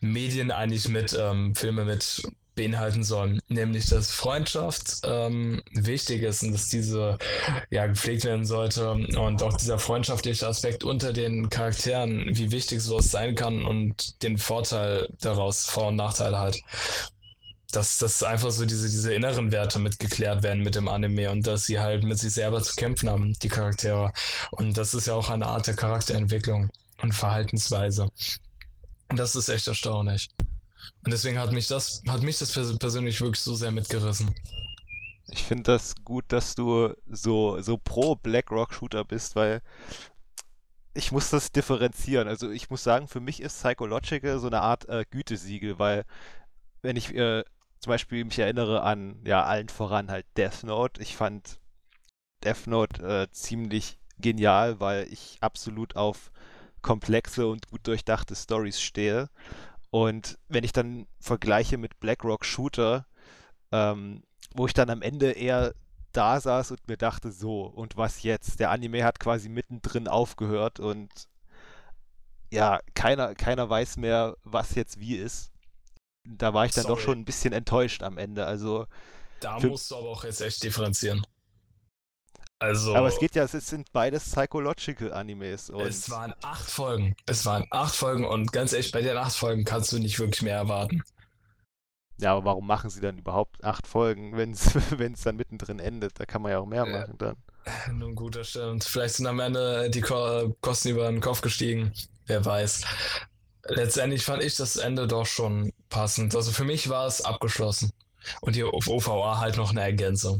Medien eigentlich mit ähm, Filme mit beinhalten sollen, nämlich dass Freundschaft ähm, wichtig ist und dass diese ja gepflegt werden sollte und auch dieser freundschaftliche Aspekt unter den Charakteren, wie wichtig sowas sein kann und den Vorteil daraus, Vor- und Nachteile halt. Dass, dass einfach so diese, diese inneren Werte mitgeklärt werden mit dem Anime und dass sie halt mit sich selber zu kämpfen haben, die Charaktere. Und das ist ja auch eine Art der Charakterentwicklung und Verhaltensweise. Und das ist echt erstaunlich. Und deswegen hat mich das, hat mich das pers persönlich wirklich so sehr mitgerissen. Ich finde das gut, dass du so, so pro Black-Rock-Shooter bist, weil ich muss das differenzieren. Also ich muss sagen, für mich ist Psychological so eine Art äh, Gütesiegel, weil wenn ich äh, zum Beispiel mich erinnere an, ja, allen voran halt Death Note. Ich fand Death Note äh, ziemlich genial, weil ich absolut auf komplexe und gut durchdachte Stories stehe. Und wenn ich dann vergleiche mit BlackRock Shooter, ähm, wo ich dann am Ende eher da saß und mir dachte, so, und was jetzt? Der Anime hat quasi mittendrin aufgehört und ja, keiner, keiner weiß mehr, was jetzt wie ist. Da war ich dann doch Sorry. schon ein bisschen enttäuscht am Ende. Also, Da für, musst du aber auch jetzt echt differenzieren. Also, aber es geht ja, es sind beides Psychological Animes und es waren acht Folgen. Es waren acht Folgen und ganz ehrlich, bei den acht Folgen kannst du nicht wirklich mehr erwarten. ja, aber warum machen sie dann überhaupt acht Folgen, wenn es wenn es dann mittendrin endet? Da kann man ja auch mehr Ja. machen dann. Nun gut, das stimmt. Vielleicht sind am Ende die Ko Kosten über den Kopf gestiegen. Wer weiß. Letztendlich fand ich das Ende doch schon passend. Also für mich war es abgeschlossen. Und die O V A halt noch eine Ergänzung.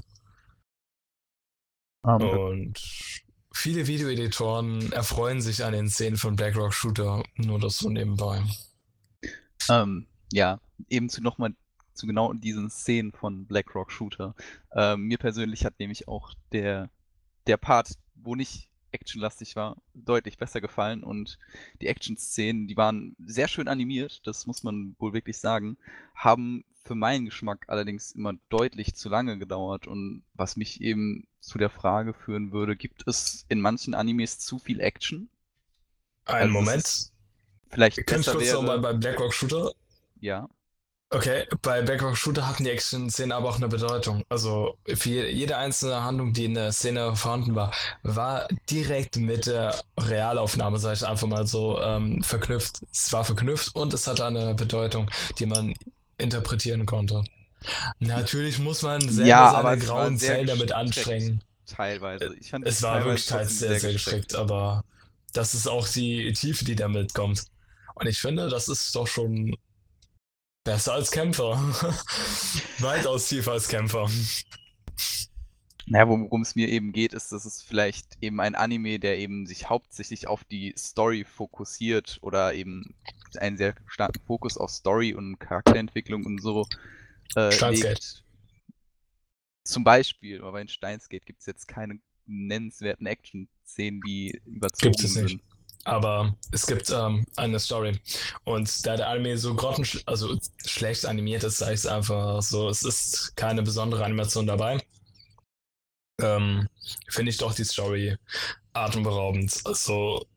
Ähm, Und viele Videoeditoren erfreuen sich an den Szenen von BlackRock Shooter. Nur das so nebenbei. ähm, ja, eben zu nochmal zu genau diesen Szenen von BlackRock Shooter. Ähm, mir persönlich hat nämlich auch der, der Part, wo nicht actionlastig war, deutlich besser gefallen und die Action-Szenen, die waren sehr schön animiert, das muss man wohl wirklich sagen, haben für meinen Geschmack allerdings immer deutlich zu lange gedauert und was mich eben zu der Frage führen würde, gibt es in manchen Animes zu viel Action? Einen Also, dass Moment. es vielleicht Kann ich besser kurz nochmal wäre, bei BlackRock Shooter? ja. Okay, bei BlackRock Shooter hatten die Action-Szenen aber auch eine Bedeutung. Also für je- jede einzelne Handlung, die in der Szene vorhanden war, war direkt mit der Realaufnahme, sag ich einfach mal so, ähm, verknüpft. Es war verknüpft und es hatte eine Bedeutung, die man interpretieren konnte. Natürlich muss man selber Ja, seine aber es war grauen sehr Zellen damit gestreckt, anstrengen. teilweise. Ich fand Es es war teilweise wirklich teils trotzdem sehr, sehr sehr gestreckt. gestrickt, aber das ist auch die Tiefe, die damit kommt. Und ich finde, das ist doch schon besser als Kämpfer. Weitaus tiefer als Kämpfer. Naja, worum es mir eben geht, ist, dass es vielleicht eben ein Anime, der eben sich hauptsächlich auf die Story fokussiert oder eben einen sehr starken Fokus auf Story und Charakterentwicklung und so äh, Steins Gate. legt. Zum Beispiel, aber in Steins Gate gibt es jetzt keine nennenswerten Action-Szenen, die überzogen Gibt es nicht. sind. Aber es gibt ähm, eine Story. Und da der Anime so grotten, also schlecht animiert ist, sage ich es einfach so, es ist keine besondere Animation dabei. Ähm, finde ich doch die Story atemberaubend. Also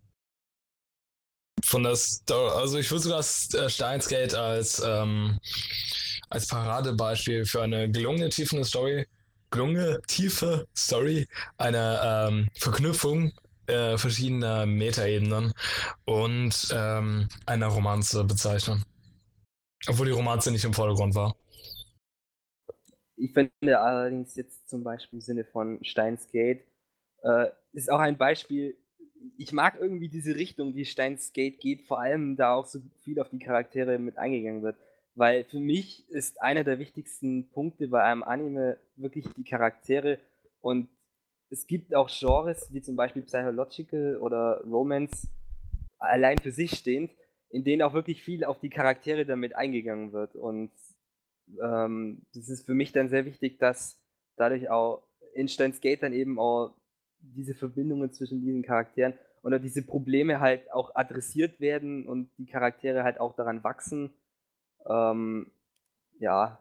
von der Story, also ich würde sogar äh, Steins Gate als, ähm, als Paradebeispiel für eine gelungene tiefe Story, gelungene tiefe Story, eine ähm, Verknüpfung äh, verschiedener Metaebenen und ähm, einer Romanze bezeichnen. Obwohl die Romanze nicht im Vordergrund war. Ich finde allerdings jetzt zum Beispiel im Sinne von Steins Gate, äh, ist auch ein Beispiel, ich mag irgendwie diese Richtung, die Steins Gate geht, vor allem da auch so viel auf die Charaktere mit eingegangen wird. Weil für mich ist einer der wichtigsten Punkte bei einem Anime wirklich die Charaktere und es gibt auch Genres, wie zum Beispiel Psychological oder Romance, allein für sich stehend, in denen auch wirklich viel auf die Charaktere damit eingegangen wird. Und ähm, das ist für mich dann sehr wichtig, dass dadurch auch in Steins Gate dann eben auch diese Verbindungen zwischen diesen Charakteren oder diese Probleme halt auch adressiert werden und die Charaktere halt auch daran wachsen. Ähm, ja.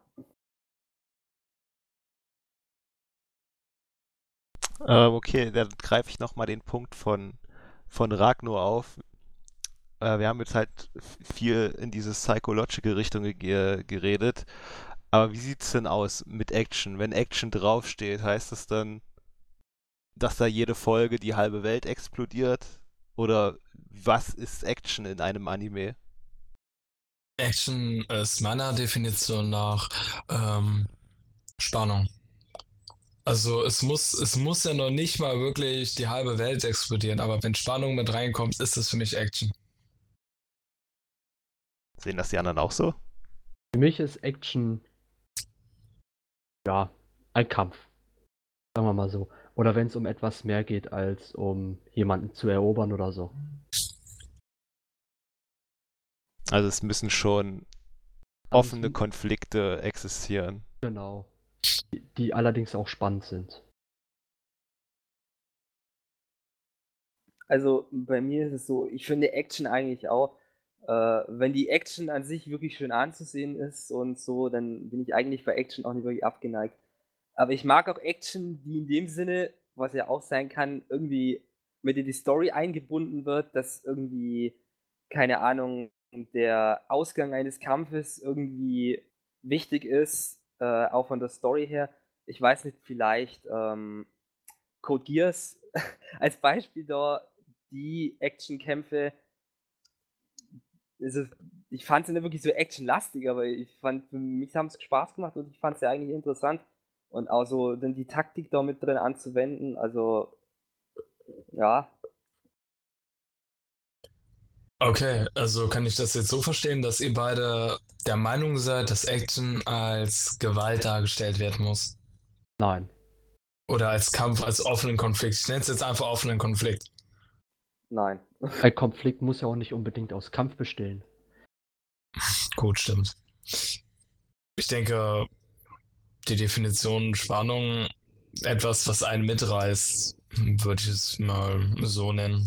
Ähm, okay, dann greife ich nochmal den Punkt von, von Ragnar auf. äh, wir haben jetzt halt viel in diese Psychological Richtung ge geredet, aber wie sieht's denn aus mit Action? Wenn Action draufsteht, heißt das dann, dass da jede Folge die halbe Welt explodiert? Oder was ist Action in einem Anime? Action ist meiner Definition nach ähm, Spannung. Also es muss, es muss ja noch nicht mal wirklich die halbe Welt explodieren, aber wenn Spannung mit reinkommt, ist das für mich Action. Sehen das die anderen auch so? Für mich ist Action, ja, ein Kampf. Sagen wir mal so. Oder wenn es um etwas mehr geht, als um jemanden zu erobern oder so. Also es müssen schon Also offene es- Konflikte existieren. Genau. Die, die allerdings auch spannend sind. Also bei mir ist es so, ich finde Action eigentlich auch, äh, wenn die Action an sich wirklich schön anzusehen ist und so, dann bin ich eigentlich bei Action auch nicht wirklich abgeneigt. Aber ich mag auch Action, die in dem Sinne, was ja auch sein kann, irgendwie mit in die Story eingebunden wird, dass irgendwie, keine Ahnung, der Ausgang eines Kampfes irgendwie wichtig ist, äh, auch von der Story her. Ich weiß nicht, vielleicht ähm, Code Geass als Beispiel da, die Actionkämpfe, also ich fand sie nicht wirklich so actionlastig, aber ich fand, für mich haben es Spaß gemacht und ich fand es ja eigentlich interessant. Und auch so dann die Taktik da mit drin anzuwenden, also ja, Okay, also kann ich das jetzt so verstehen, dass ihr beide der Meinung seid, dass Action als Gewalt dargestellt werden muss? Nein. Oder als Kampf, als offenen Konflikt? Ich nenne es jetzt einfach offenen Konflikt. nein. Ein Konflikt muss ja auch nicht unbedingt aus Kampf bestehen. Gut, stimmt. Ich denke, die Definition Spannung, etwas, was einen mitreißt, würde ich es mal so nennen.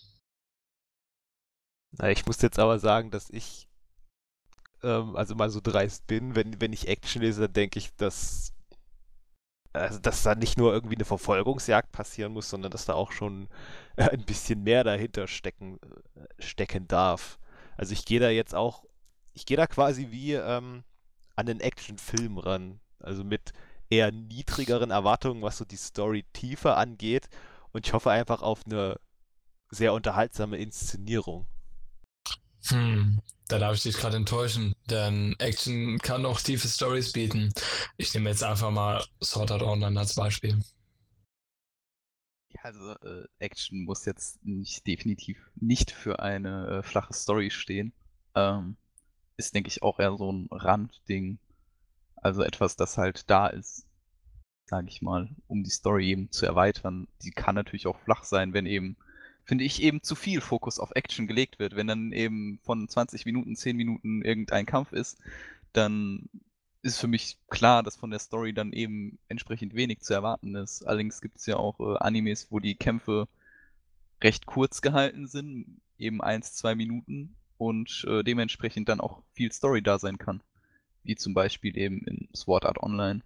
Na, ich muss jetzt aber sagen, dass ich ähm, also mal so dreist bin, wenn, wenn ich Action lese, dann denke ich, dass, also, dass da nicht nur irgendwie eine Verfolgungsjagd passieren muss, sondern dass da auch schon äh, ein bisschen mehr dahinter stecken, äh, stecken darf. Also ich gehe da jetzt auch, ich gehe da quasi wie ähm, an einen Actionfilm ran. Also mit eher niedrigeren Erwartungen, was so die Story-Tiefe angeht. Und ich hoffe einfach auf eine sehr unterhaltsame Inszenierung. Hm, da darf ich dich gerade enttäuschen, denn Action kann auch tiefe Stories bieten. Ich nehme jetzt einfach mal Sword Art Online als Beispiel. Ja, also äh, Action muss jetzt nicht, definitiv nicht für eine äh, flache Story stehen. Ähm, ist, denke ich, auch eher so ein Randding. Also etwas, das halt da ist, sage ich mal, um die Story eben zu erweitern. Die kann natürlich auch flach sein, wenn eben, finde ich, eben zu viel Fokus auf Action gelegt wird. Wenn dann eben von zwanzig Minuten, zehn Minuten irgendein Kampf ist, dann ist für mich klar, dass von der Story dann eben entsprechend wenig zu erwarten ist. Allerdings gibt es ja auch äh, Animes, wo die Kämpfe recht kurz gehalten sind, eben eins, zwei Minuten und äh, dementsprechend dann auch viel Story da sein kann. Wie zum Beispiel eben in Sword Art Online.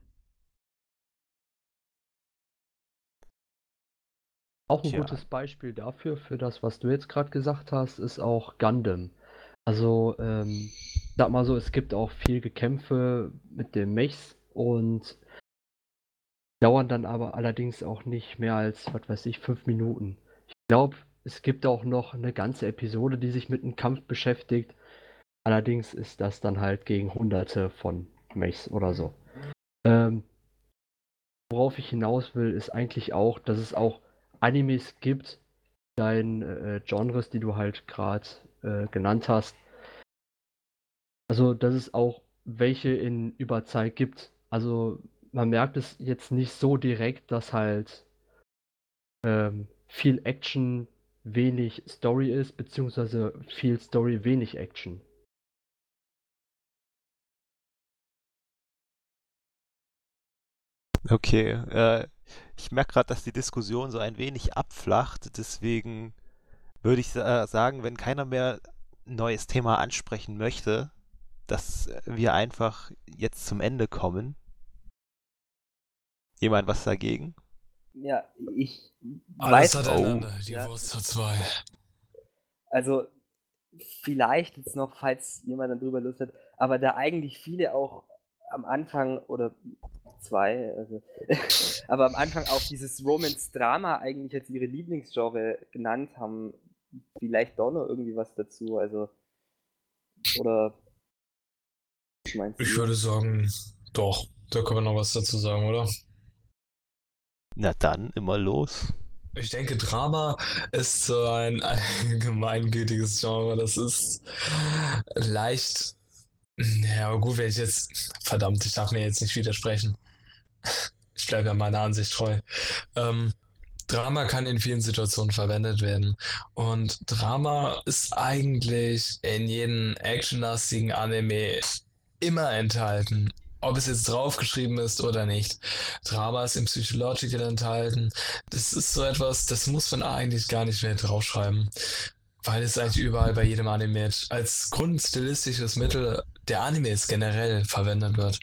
Auch ein Tja. gutes Beispiel dafür, für das, was du jetzt gerade gesagt hast, ist auch Gundam. Also, ähm, sag mal so, es gibt auch viel Gekämpfe mit den Mechs und dauern dann aber allerdings auch nicht mehr als, was weiß ich, fünf Minuten. Ich glaube, es gibt auch noch eine ganze Episode, die sich mit einem Kampf beschäftigt. Allerdings ist das dann halt gegen Hunderte von Mechs oder so. Ähm, worauf ich hinaus will, ist eigentlich auch, dass es auch Animes gibt, deinen äh, Genres, die du halt gerade äh, genannt hast. Also, dass es auch welche in Überzahl gibt. Also, man merkt es jetzt nicht so direkt, dass halt ähm, viel Action, wenig Story ist, beziehungsweise viel Story, wenig Action. Okay, äh, ich merke gerade, dass die Diskussion so ein wenig abflacht. Deswegen würde ich sa sagen, wenn keiner mehr ein neues Thema ansprechen möchte, dass wir einfach jetzt zum Ende kommen. Jemand was dagegen? Ja, ich Alles weiß, hat Oh. ein Ende, die ja, Wurst hat zwei. also vielleicht jetzt noch, falls jemand dann drüber Lust hat, aber da eigentlich viele auch am Anfang oder zwei, also aber am Anfang auch dieses Romance-Drama eigentlich als ihre Lieblingsgenre genannt haben, vielleicht doch noch irgendwie was dazu, also oder was meinst Ich du? würde sagen, doch, da können wir noch was dazu sagen, oder? Na dann, immer los. Ich denke, Drama ist so ein allgemeingültiges Genre. Das ist leicht. Ja, aber gut, wenn ich jetzt. Verdammt, ich darf mir jetzt nicht widersprechen. Ich bleibe ja meiner Ansicht treu. Ähm, Drama kann in vielen Situationen verwendet werden. Und Drama ist eigentlich in jedem actionlastigen Anime immer enthalten. Ob es jetzt draufgeschrieben ist oder nicht. Drama ist im Psychological enthalten. Das ist so etwas, das muss man eigentlich gar nicht mehr draufschreiben. Weil es eigentlich überall bei jedem Anime als grundstilistisches Mittel der Animes generell verwendet wird.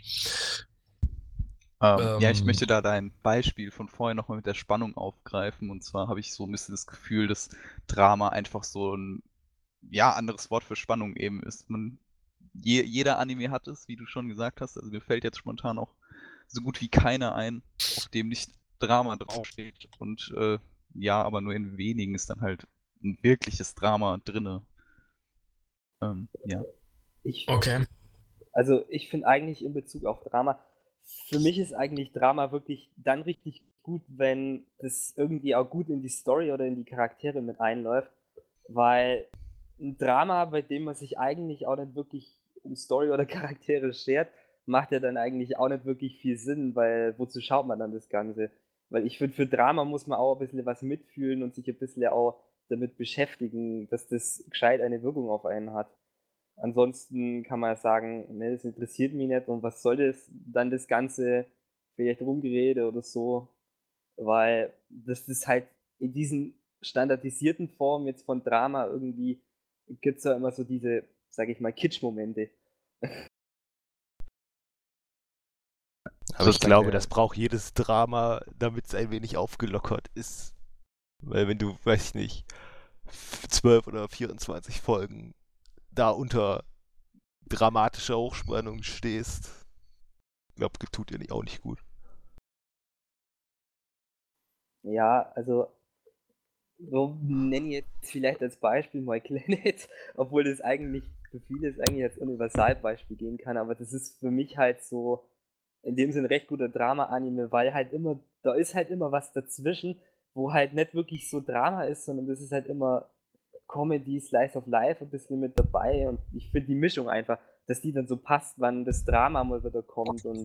Ähm, Ähm, ja, ich möchte da dein Beispiel von vorher nochmal mit der Spannung aufgreifen. Und zwar habe ich so ein bisschen das Gefühl, dass Drama einfach so ein ja, anderes Wort für Spannung eben ist. Man, je, jeder Anime hat es, wie du schon gesagt hast. Also mir fällt jetzt spontan auch so gut wie keiner ein, auf dem nicht Drama draufsteht. Und äh, ja, aber nur in wenigen ist dann halt ein wirkliches Drama drinne. Ähm, ja. Ich, okay. Also ich finde eigentlich in Bezug auf Drama, für mich ist eigentlich Drama wirklich dann richtig gut, wenn das irgendwie auch gut in die Story oder in die Charaktere mit einläuft, weil ein Drama, bei dem man sich eigentlich auch nicht wirklich um Story oder Charaktere schert, macht ja dann eigentlich auch nicht wirklich viel Sinn, weil wozu schaut man dann das Ganze? Weil ich finde, für Drama muss man auch ein bisschen was mitfühlen und sich ein bisschen auch damit beschäftigen, dass das gescheit eine Wirkung auf einen hat. Ansonsten kann man sagen, ne, das interessiert mich nicht und was soll das dann das Ganze vielleicht rumgerede oder so, weil das ist halt in diesen standardisierten Formen jetzt von Drama irgendwie gibt es ja immer so diese, sage ich mal, Kitsch-Momente. Aber So ich ist glaube, deine- das braucht jedes Drama, damit es ein wenig aufgelockert ist. Weil wenn du, weiß ich nicht, zwölf oder vierundzwanzig Folgen da unter dramatischer Hochspannung stehst, glaube, tut dir auch nicht gut. Ja, also so nenne ich jetzt vielleicht als Beispiel My Planet, obwohl das eigentlich für viele eigentlich als Universalbeispiel gehen kann, aber das ist für mich halt so in dem Sinne recht guter Drama-Anime, weil halt immer, da ist halt immer was dazwischen, wo halt nicht wirklich so Drama ist, sondern das ist halt immer Comedy, Slice of Life ein bisschen mit dabei und ich finde die Mischung einfach, dass die dann so passt, wann das Drama mal wieder kommt und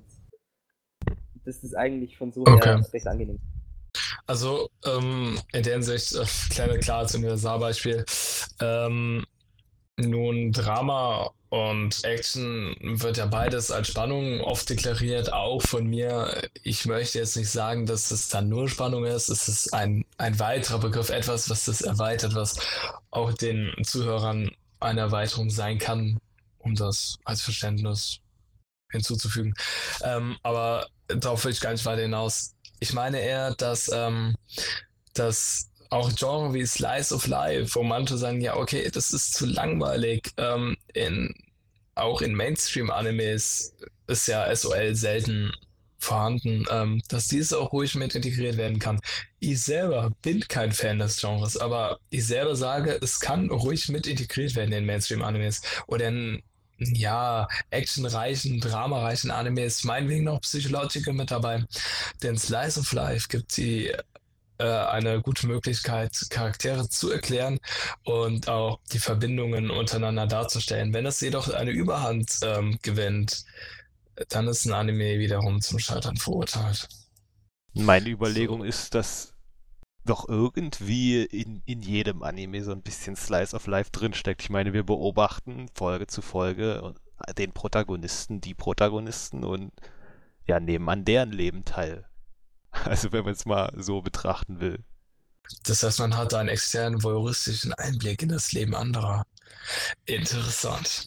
das ist eigentlich von so Okay. her recht angenehm. Also, ähm, in der Hinsicht, äh, kleine klar als Universalbeispiel. Ähm, nun, Drama und Action wird ja beides als Spannung oft deklariert, auch von mir. Ich möchte jetzt nicht sagen, dass es dann nur Spannung ist. Es ist ein, ein weiterer Begriff, etwas, was das erweitert, was auch den Zuhörern eine Erweiterung sein kann, um das als Verständnis hinzuzufügen. Ähm, aber darauf will ich gar nicht weiter hinaus. Ich meine eher, dass, ähm, dass auch Genre wie Slice of Life, wo manche sagen, ja, okay, das ist zu langweilig, ähm, in, auch in Mainstream-Animes ist ja S O L selten vorhanden, ähm, dass diese auch ruhig mit integriert werden kann. Ich selber bin kein Fan des Genres, aber ich selber sage, es kann ruhig mit integriert werden in Mainstream-Animes oder in ja, actionreichen, dramareichen Animes, meinetwegen noch Psychological mit dabei. Denn Slice of Life gibt die äh, eine gute Möglichkeit, Charaktere zu erklären und auch die Verbindungen untereinander darzustellen. Wenn es jedoch eine Überhand ähm, gewinnt, dann ist ein Anime wiederum zum Scheitern verurteilt. Meine Überlegung so. ist, dass doch irgendwie in, in jedem Anime so ein bisschen Slice of Life drinsteckt. Ich meine, wir beobachten Folge zu Folge den Protagonisten, die Protagonisten und ja, nehmen an deren Leben teil. Also wenn man es mal so betrachten will. Das heißt, man hat einen externen voyeuristischen Einblick in das Leben anderer. Interessant.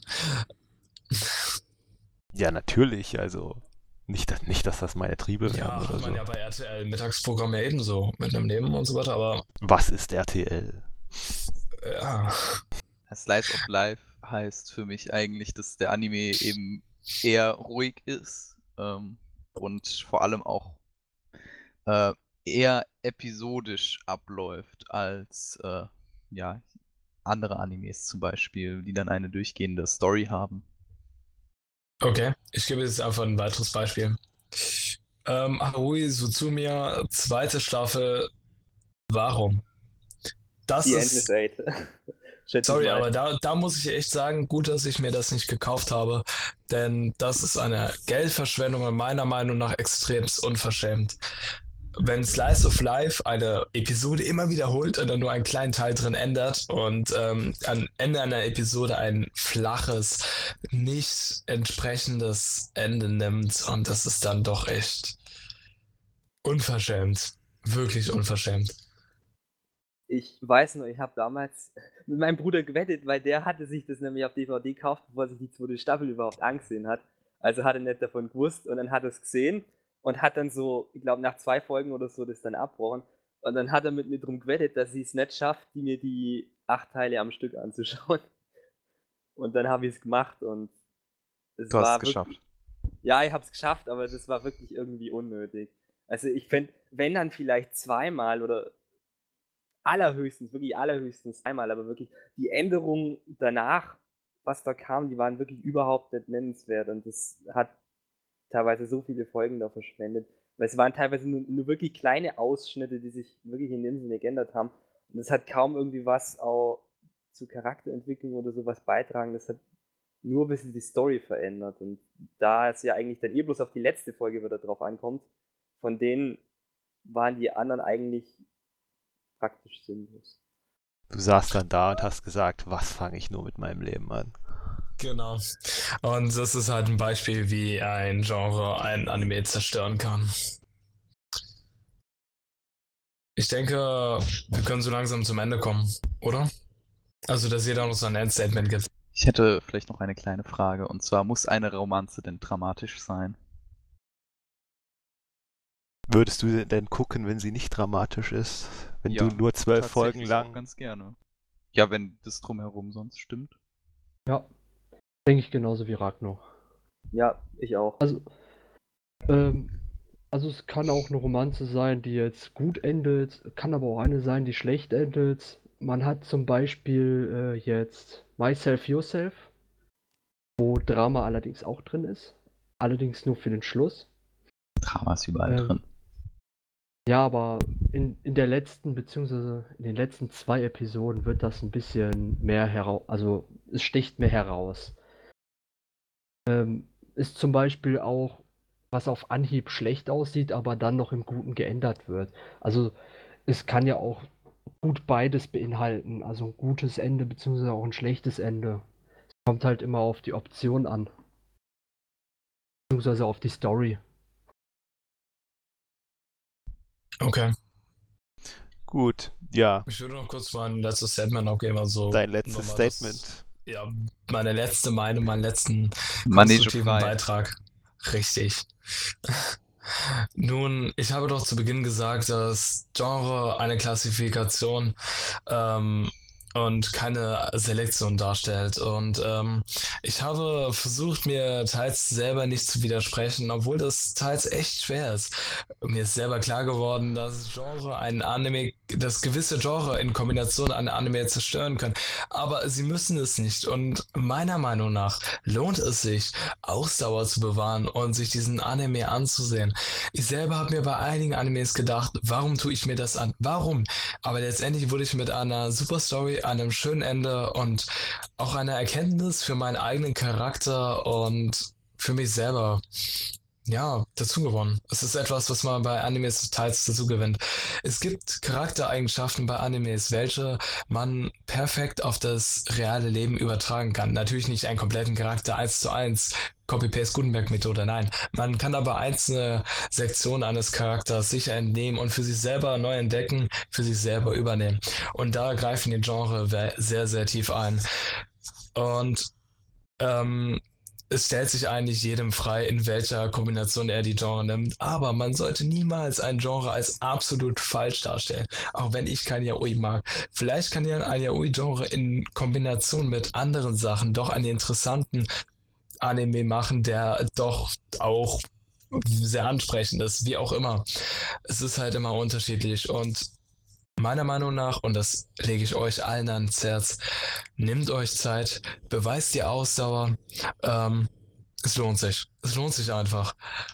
Ja, natürlich, also nicht, nicht dass das meine Triebe wären ja, oder hat man so. ja bei R T L Mittagsprogramm ja ebenso, mit einem Leben und so weiter, aber... Was ist R T L? Ja... Slice of Life heißt für mich eigentlich, dass der Anime eben eher ruhig ist ähm, und vor allem auch äh, eher episodisch abläuft als äh, ja, andere Animes zum Beispiel, die dann eine durchgehende Story haben. Okay, ich gebe jetzt einfach ein weiteres Beispiel. Ähm, Haruhi Suzumiya, zweite Staffel, warum? Das Die ist, Endless Eight. Schätze sorry, ich mal. aber da, da muss ich echt sagen, gut, dass ich mir das nicht gekauft habe, denn das ist eine Geldverschwendung und meiner Meinung nach extremst unverschämt. Wenn Slice of Life eine Episode immer wiederholt und dann nur einen kleinen Teil drin ändert und ähm, am Ende einer Episode ein flaches, nicht entsprechendes Ende nimmt, und das ist dann doch echt unverschämt. Wirklich unverschämt. Ich weiß noch, ich habe damals mit meinem Bruder gewettet, weil der hatte sich das nämlich auf D V D gekauft, bevor er sich die zweite Staffel überhaupt angesehen hat. Also hat er nicht davon gewusst und dann hat er es gesehen und hat dann so, ich glaube nach zwei Folgen oder so, das dann abgebrochen. Und dann hat er mit mir drum gewettet, dass ich es nicht schaffe, die mir die acht Teile am Stück anzuschauen. Und dann habe ich es gemacht und es Du hast war es geschafft. wirklich, ja, ich habe es geschafft, aber das war wirklich irgendwie unnötig. Also ich finde, wenn dann vielleicht zweimal oder allerhöchstens, wirklich allerhöchstens einmal, aber wirklich die Änderungen danach, was da kam, die waren wirklich überhaupt nicht nennenswert und das hat teilweise so viele Folgen da verschwendet, weil es waren teilweise nur, nur wirklich kleine Ausschnitte, die sich wirklich in dem Sinne geändert haben und es hat kaum irgendwie was auch zu Charakterentwicklung oder sowas beitragen, das hat nur ein bisschen die Story verändert und da es ja eigentlich dann eh bloß auf die letzte Folge wieder drauf ankommt, von denen waren die anderen eigentlich praktisch sinnlos. Du saßt dann da und hast gesagt, was fange ich nur mit meinem Leben an? Genau. Und das ist halt ein Beispiel, wie ein Genre ein Anime zerstören kann. Ich denke, wir können so langsam zum Ende kommen, oder? Also, dass jeder noch sein Endstatement gibt. Ich hätte vielleicht noch eine kleine Frage, und zwar, muss eine Romanze denn dramatisch sein? Würdest du denn gucken, wenn sie nicht dramatisch ist? Wenn Ja, du nur zwölf Folgen Tatsächlich lang... auch ganz gerne. Ja, wenn das drumherum sonst stimmt. Ja, denke ich genauso wie Ragnar. Ja, ich auch. Also, ähm, also es kann auch eine Romanze sein, die jetzt gut endet, kann aber auch eine sein, die schlecht endet. Man hat zum Beispiel äh, jetzt Myself Yourself, wo Drama allerdings auch drin ist. Allerdings nur für den Schluss. Drama ist überall Ähm, drin. Ja, aber in, in der letzten, beziehungsweise in den letzten zwei Episoden wird das ein bisschen mehr heraus, also es sticht mehr heraus. Ähm, ist zum Beispiel auch, was auf Anhieb schlecht aussieht, aber dann noch im Guten geändert wird. Also es kann ja auch gut beides beinhalten, also ein gutes Ende beziehungsweise auch ein schlechtes Ende. Es kommt halt immer auf die Option an, beziehungsweise auf die Story. Okay. Gut, ja, Ich würde noch kurz mein letztes Statement abgeben. Also dein letztes nochmal das- Statement. Ja, meine letzte Meinung, meinen letzten Manege konstruktiven frei. Beitrag. Richtig. Nun, ich habe doch zu Beginn gesagt, dass Genre eine Klassifikation ähm, und keine Selektion darstellt. Und ähm, ich habe versucht, mir teils selber nicht zu widersprechen, obwohl das teils echt schwer ist. Mir ist selber klar geworden, dass Genre ein Anime, dass gewisse Genre in Kombination ein Anime zerstören können. Aber sie müssen es nicht. Und meiner Meinung nach lohnt es sich, Ausdauer zu bewahren und sich diesen Anime anzusehen. Ich selber habe mir bei einigen Animes gedacht, warum tue ich mir das an? Warum? Aber letztendlich wurde ich mit einer super Story, einem schönen Ende und auch einer Erkenntnis für meinen eigenen Charakter und für mich selber, ja, dazu gewonnen. Es ist etwas, was man bei Animes teils dazu gewinnt. Es gibt Charaktereigenschaften bei Animes, welche man perfekt auf das reale Leben übertragen kann. Natürlich nicht einen kompletten Charakter eins zu eins, Copy-Paste-Gutenberg-Methode, nein. Man kann aber einzelne Sektionen eines Charakters sich entnehmen und für sich selber neu entdecken, für sich selber übernehmen. Und da greifen die Genre we- sehr, sehr tief ein. Und ähm, es stellt sich eigentlich jedem frei, in welcher Kombination er die Genre nimmt, aber man sollte niemals ein Genre als absolut falsch darstellen, auch wenn ich kein Yaoi mag. Vielleicht kann ja ein Yaoi-Genre in Kombination mit anderen Sachen doch einen interessanten Anime machen, der doch auch sehr ansprechend ist, wie auch immer. Es ist halt immer unterschiedlich und meiner Meinung nach, und das lege ich euch allen ans Herz, nehmt euch Zeit, beweist die Ausdauer. Ähm, es lohnt sich. Es lohnt sich einfach.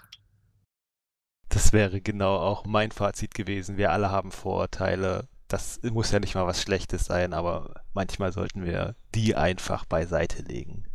Das wäre genau auch mein Fazit gewesen. Wir alle haben Vorurteile. Das muss ja nicht mal was Schlechtes sein, aber manchmal sollten wir die einfach beiseite legen.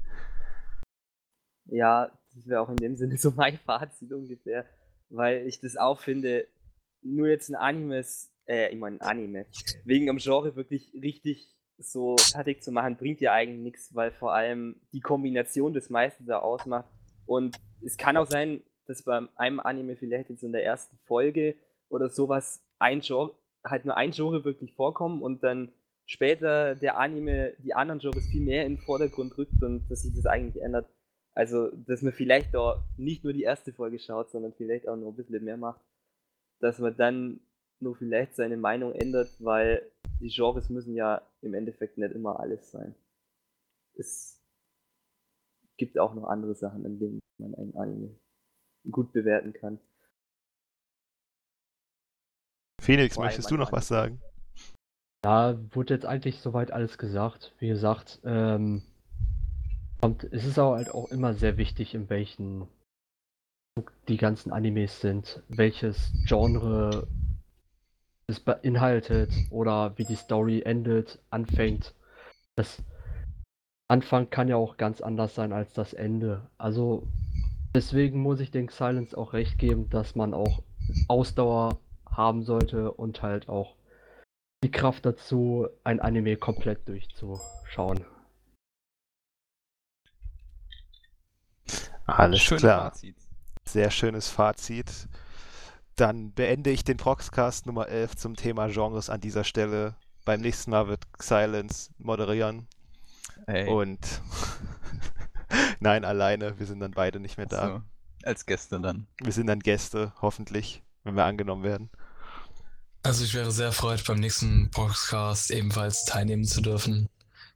Ja, das wäre auch in dem Sinne so mein Fazit ungefähr, weil ich das auch finde, nur jetzt ein Animes, äh, ich meine Anime, wegen am Genre wirklich richtig so fertig zu machen, bringt ja eigentlich nichts, weil vor allem die Kombination das meiste da ausmacht. Und es kann auch sein, dass bei einem Anime vielleicht jetzt in der ersten Folge oder sowas ein Genre, halt nur ein Genre wirklich vorkommen und dann später der Anime die anderen Genres viel mehr in den Vordergrund rückt und dass sich das eigentlich ändert. Also, dass man vielleicht da nicht nur die erste Folge schaut, sondern vielleicht auch noch ein bisschen mehr macht, dass man dann nur vielleicht seine Meinung ändert, weil die Genres müssen ja im Endeffekt nicht immer alles sein. Es gibt auch noch andere Sachen, in denen man einen Anime gut bewerten kann. Phoenix, Vor allem möchtest du noch manchmal was sagen? Da wurde jetzt eigentlich soweit alles gesagt. Wie gesagt, ähm, kommt, es ist auch halt auch immer sehr wichtig, in welchen die ganzen Animes sind, welches Genre es beinhaltet oder wie die Story endet, anfängt. Das Anfang kann ja auch ganz anders sein als das Ende. Also deswegen muss ich den Silence auch recht geben, dass man auch Ausdauer haben sollte und halt auch die Kraft dazu, ein Anime komplett durchzuschauen. Alles Schönes klar. Fazit. Sehr schönes Fazit. Dann beende ich den Proxcast Nummer elf zum Thema Genres an dieser Stelle. Beim nächsten Mal wird Silence moderieren. Hey. Und nein, alleine. Wir sind dann beide nicht mehr da. So, als Gäste dann. Wir sind dann Gäste, hoffentlich, wenn wir angenommen werden. Also ich wäre sehr erfreut, beim nächsten Podcast ebenfalls teilnehmen zu dürfen.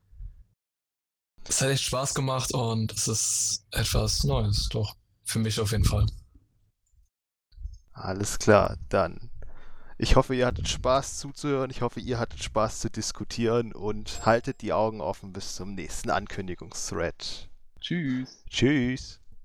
Es hat echt Spaß gemacht und es ist etwas Neues, doch. Für mich auf jeden Fall. Alles klar, dann. Ich hoffe, ihr hattet Spaß zuzuhören. Ich hoffe, ihr hattet Spaß zu diskutieren und haltet die Augen offen bis zum nächsten Ankündigungsthread. Tschüss. Tschüss.